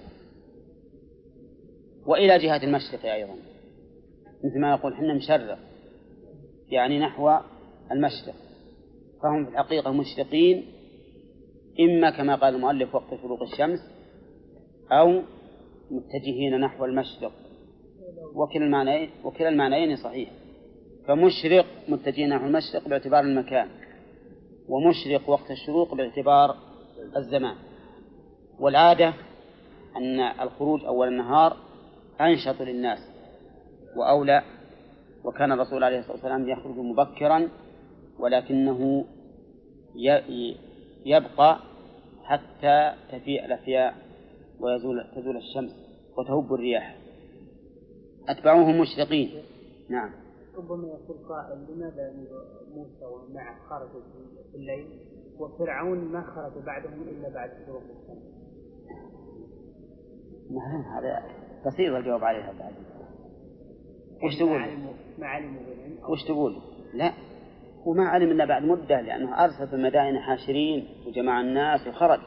وإلى جهة المشرق أيضا، مثل ما نقول حنا مشرق يعني نحو المشرق، فهم في الحقيقة مشرقين إما كما قال المؤلف وقت شروق الشمس أو متجهين نحو المشرق، وكلا المعنيين وكلا المعنيين صحيح. فمشرق متجهين نحو المشرق باعتبار المكان، ومشرق وقت الشروق باعتبار الزمان. والعادة أن الخروج أول النهار أنشط للناس وأولى، وكان الرسول عليه الصلاة والسلام يخرج مبكرا، ولكنه يبقى حتى تفيء الأفياء ويزول تزول الشمس وتهب الرياح. أتبعوهم مشرقين. نعم. ربما يقول قائل لماذا موسى ومعه خرجوا في الليل وفرعون ما خرج بعدهم إلا بعد شروق الشمس؟ نعم، هذا بسيط الجواب عليها بعد. وش تقول؟ ما علموا وش تقول؟ لا، وما علم إلا بعد مدة، لأنه أرسل في المدائن حاشرين وجمع الناس وخرج.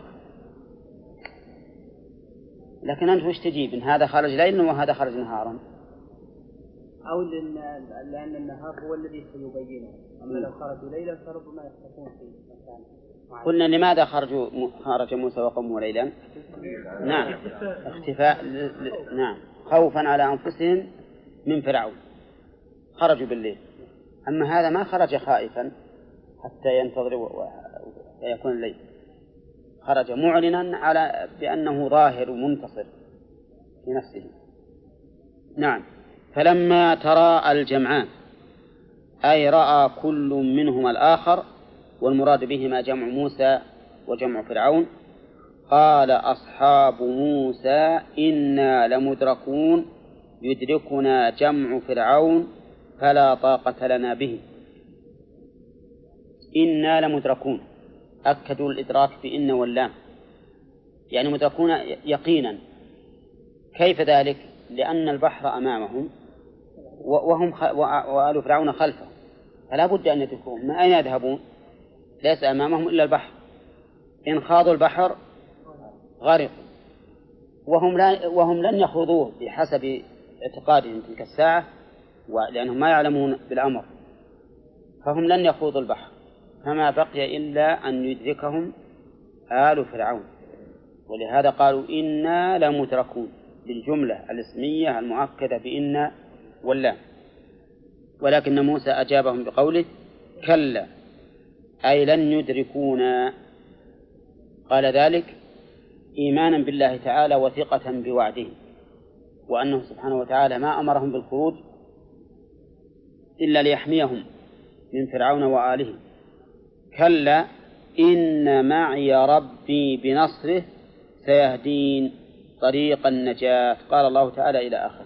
لكن أنت وش تجيب؟ إن هذا خرج ليلا وهذا خرج نهارا، أو لأن, لأن النهار هو الذي سيبينه، أما لو خرجوا ليلا فربما يختفون في مكان. قلنا لماذا خرجوا خرج موسى وقومه ليلا؟ نعم، اختفاء ل... ل... نعم، خوفا على أنفسهم من فرعون خرجوا بالليل. أما هذا ما خرج خائفا حتى ينتظر ويكون الليل، خرج معلنا على بأنه ظاهر ومنتصر في نفسه. نعم. فلما تراءى الجمعان أي رأى كل منهما الآخر، والمراد بهما جمع موسى وجمع فرعون، قال أصحاب موسى إنا لمدركون يدركنا جمع فرعون فلا طاقة لنا به. إنا لمدركون، أكدوا الإدراك بإن واللام، يعني مدركون يقينا. كيف ذلك؟ لأن البحر أمامهم وهم خ... وآل فرعون خلفهم، فلا بد أن يدركون. ما أين يذهبون؟ ليس أمامهم إلا البحر، إن خاضوا البحر غرقوا، وهم, لا... وهم لن يخوضوه بحسب اعتقادهم تلك الساعة، ولأنهم ما يعلمون بالأمر، فهم لن يخوضوا البحر، فما بقي إلا أن يدركهم آل فرعون. ولهذا قالوا إنا لمدركون بالجملة الاسمية المؤكدة بإن واللام. ولكن موسى أجابهم بقوله كلا أي لن يدركونا. قال ذلك إيمانا بالله تعالى وثقة بوعده، وأنه سبحانه وتعالى ما أمرهم بالخروج إلا ليحميهم من فرعون وآله. كلا إن معي ربي بنصره سيهدين طريق النجاة. قال الله تعالى إلى آخره.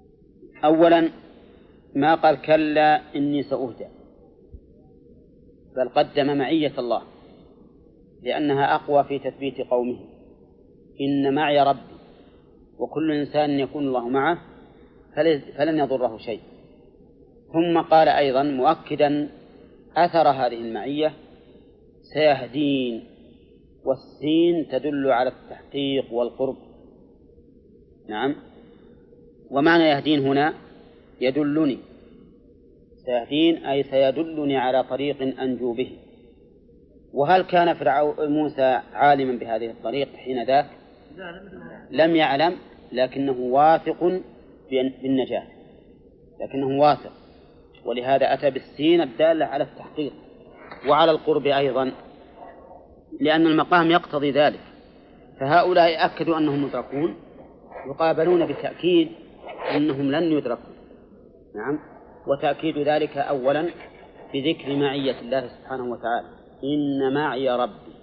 أولا ما قال كلا إني سأهدى، بل قدم معية الله لأنها أقوى في تثبيت قومه، إن معي ربي، وكل إنسان يكون الله معه فلن يضره شيء. ثم قال أيضا مؤكدا أثر هذه المعية سيهدين، والسين تدل على التحقيق والقرب. نعم، ومعنى يهدين هنا يدلني، سيهدين أي سيدلني على طريق أنجو به. وهل كان فرعون موسى عالما بهذه الطريق حين ذاك؟ لم يعلم، لكنه واثق بالنجاة، لكنه واثق، ولهذا أتى بالسين الدالة على التحقيق وعلى القرب أيضا، لأن المقام يقتضي ذلك. فهؤلاء أكدوا أنهم مدركون، يقابلون بتأكيد أنهم لن يدركوا. نعم، وتأكيد ذلك أولا بذكر معية الله سبحانه وتعالى، إن معي ربي،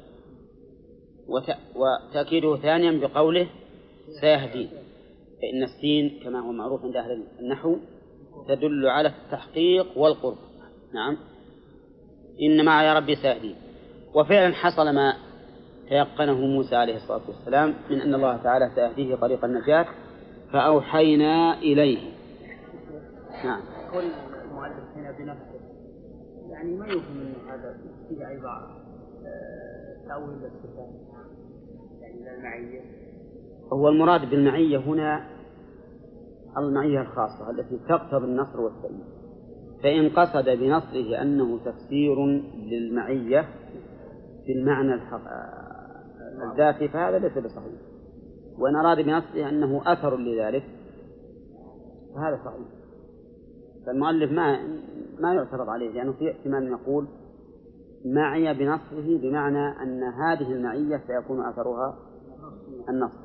وتأكيده ثانيا بقوله سيهدين، فإن السين كما هو معروف عند أهل النحو تدل على التحقيق والقرب. نعم، إن معي ربي سيهدين. وفعلا حصل ما تيقنه موسى عليه الصلاة والسلام من أن الله تعالى سيهديه طريق النجاة، فأوحينا إليه. نعم. قول المؤلف هنا بنفسه يعني ما يفهم منه هذا فيه أيضا تأويل الصفات يعني المعية. هو المراد بالمعية هنا المعية الخاصة التي تقتضي النصر والتأييد، فإن قصد بنصره أنه تفسير للمعية في المعنى الذاتي فهذا ليس بصحيح، وإن أراد بنصره أنه أثر لذلك فهذا صحيح. فالمؤلف ما ما يعترض عليه، لأنه في احتمال نقول معي بنصره بمعنى أن هذه المعية سيكون أثرها النصر.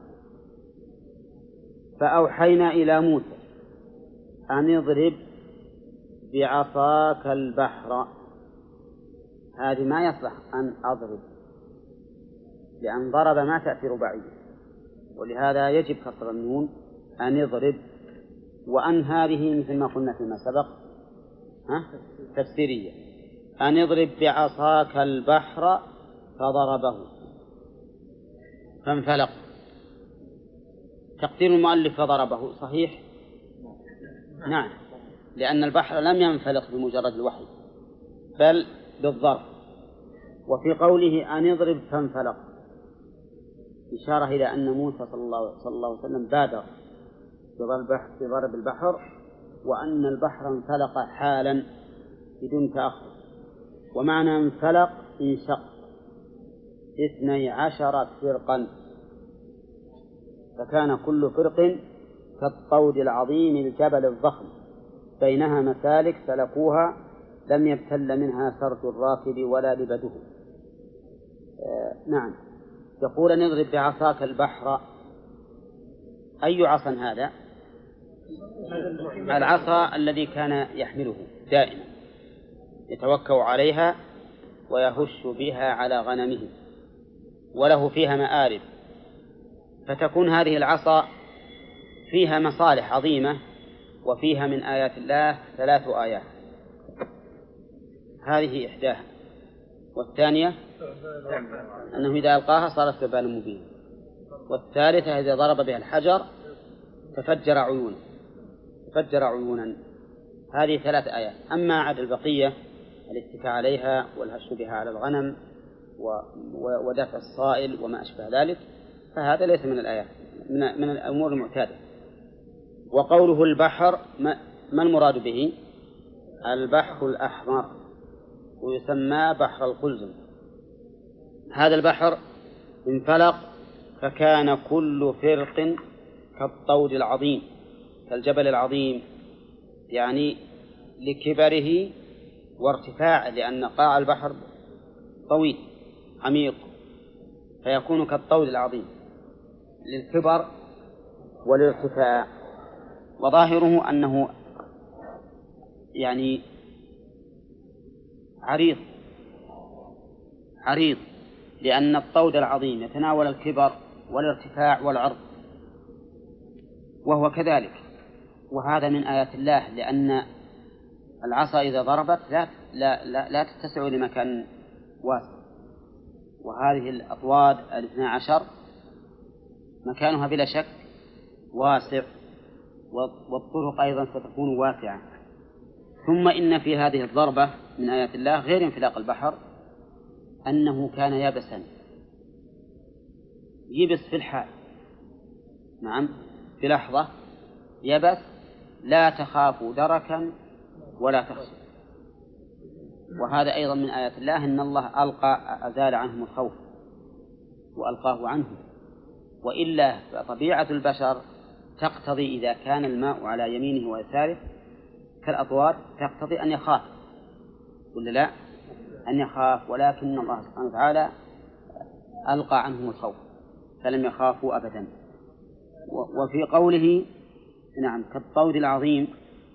فأوحينا إلى موسى أن اضرب بعصاك البحر. هذه ما يصلح أن أضرب، لأن ضرب ما تأثير بعيد، ولهذا يجب كسر النون أن اضرب. وأن هذه مثل ما قلنا فيما سبق ها؟ تفسيرية، أن اضرب بعصاك البحر فضربه فانفلق. تقدير المؤلف فضربه صحيح؟ نعم، لأن البحر لم ينفلق بمجرد الوحي بل بالضرب. وفي قوله أن اضرب فانفلق إشارة إلى أن موسى صلى الله, صلى الله عليه وسلم بادر بضرب البحر، وأن البحر انفلق حالا بدون تأخر. ومعنى انفلق انشق اثني عشر فرقا، فكان كل فرق كالطود العظيم الجبل الضخم بينها مسالك سلكوها لم يبتل منها سرج الراكب ولا لبده. آه نعم. يقول أن اضرب بعصاك البحر. أي عصا هذا؟ العصا الذي كان يحمله دائما يتوكأ عليها ويهش بها على غنمه، وله فيها مآرب، فتكون هذه العصا فيها مصالح عظيمة، وفيها من آيات الله ثلاث آيات. هذه إحداها، والثانية أنه إذا ألقاها صارت كبالا مبينا، والثالثة إذا ضرب بها الحجر تفجر عيونا تفجر عيونا. هذه ثلاث آيات. أما عاد البقية الاتكاء عليها والهش بها على الغنم ودفع الصائل وما أشبه ذلك فهذا ليس من الآيات، من الأمور المعتادة. وقوله البحر ما المراد به؟ البحر الأحمر، ويسمى بحر القلزم. هذا البحر انفلق فكان كل فرق كالطود العظيم كالجبل العظيم، يعني لكبره وارتفاعه، لأن قاع البحر طويل عميق فيكون كالطود العظيم للكبر والارتفاع. وظاهره أنه يعني عريض عريض لأن الطود العظيم يتناول الكبر والارتفاع والعرض، وهو كذلك. وهذا من آيات الله، لأن العصا إذا ضربت لا لا لا, لا تتسع لمكان واسع، وهذه الأطواد الاثنى عشر مكانها بلا شك واسع، والطرق أيضا ستكون واسعة. ثم إن في هذه الضربة من آيات الله غير انفلاق البحر أنه كان يابسا، يبس في الحال، نعم في لحظة يبس، لا تخاف دركا ولا تخشى. وهذا أيضا من آيات الله أن الله ألقى أزال عنهم الخوف وألقاه عنهم، وإلا فطبيعة البشر تقتضي إذا كان الماء على يمينه ويساره كالأطوار تقتضي أن يخاف ولا لا؟ أن يخاف، ولكن الله سبحانه وتعالى ألقى عنهم الخوف فلم يخافوا أبدا. وفي قوله نعم كالطود العظيم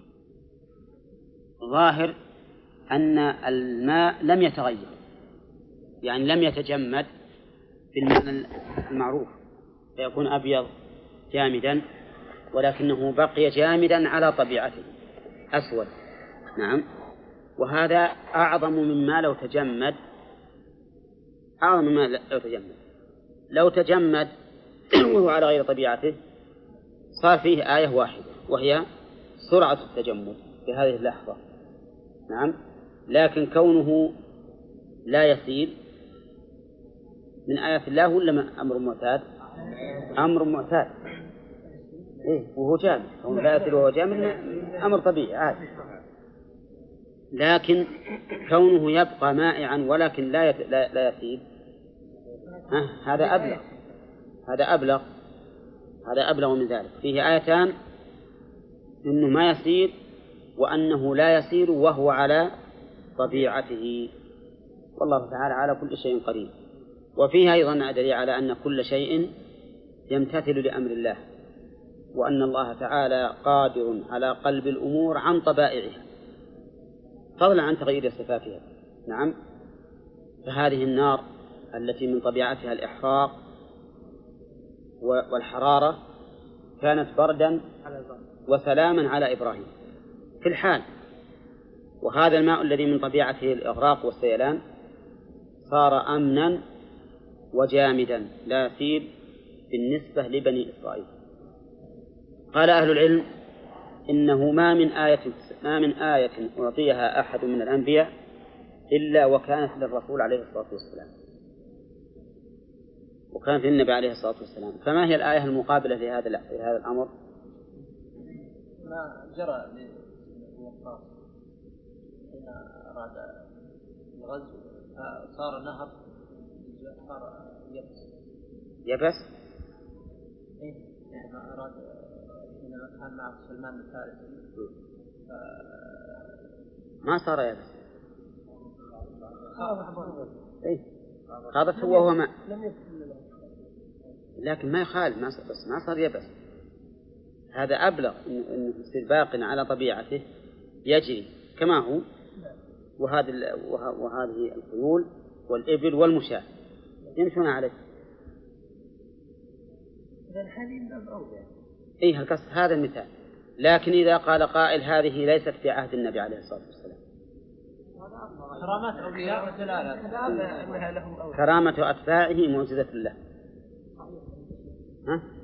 ظاهر أن الماء لم يتغير، يعني لم يتجمد بالمعنى المعروف فيكون أبيض جامدا، ولكنه بقي جامدا على طبيعته أسود. نعم، وهذا أعظم مما لو تجمد، أعظم مما لو تجمد لو تجمد وهو على غير طبيعته صار فيه آية واحدة وهي سرعة التجمد في هذه اللحظة. نعم، لكن كونه لا يسيل من آيات الله ولا أمر معتاد؟ أمر معتاد، إيه وهو جامد، كونه لا يسيل وهو جامد أمر طبيعي عادي. لكن كونه يبقى مائعا ولكن لا يت... لا, لا يسيل، هذا أبلغ هذا أبلغ هذا أبلغ من ذلك. فيه آيتان إنه ما يسير وأنه لا يسير وهو على طبيعته، والله تعالى على كل شيء قدير. وفيه أيضا دليل على أن كل شيء يمتثل لأمر الله، وأن الله تعالى قادر على قلب الأمور عن طبائعها فضلا عن تغيير صفاتها. نعم، فهذه النار التي من طبيعتها الإحراق والحرارة كانت بردا وسلاما على إبراهيم في الحال، وهذا الماء الذي من طبيعته الإغراق والسيلان صار أمنا وجامدا لا يسيل بالنسبة لبني إسرائيل. قال أهل العلم إنه ما من آية ما من آية أعطيها أحد من الأنبياء إلا وكانت للرسول عليه الصلاة والسلام، وكان في النبي عليه الصلاة والسلام. فما هي الآية المقابلة لهذا لهذا الأمر؟ ما جرى لوقاص حين أراد الغزو صار نهر صار يبس يبس إيه يعني ما أراد حين كان مع سلمان الفارسي ما صار يبس إيه هذا هو هو ماء، لكن ما يخالف ما بس ما صار يبس. هذا أبلغ إنه يصير باق على طبيعته يجري كما هو، وهذه وهذه الخيول والإبل والمشاة يمشون عليه. إيه القصد هذا المثال. لكن إذا قال قائل هذه ليست في عهد النبي عليه الصلاة والسلام، كرامات أولياء ودلالات كرامة أتباعه معجزة له. ها؟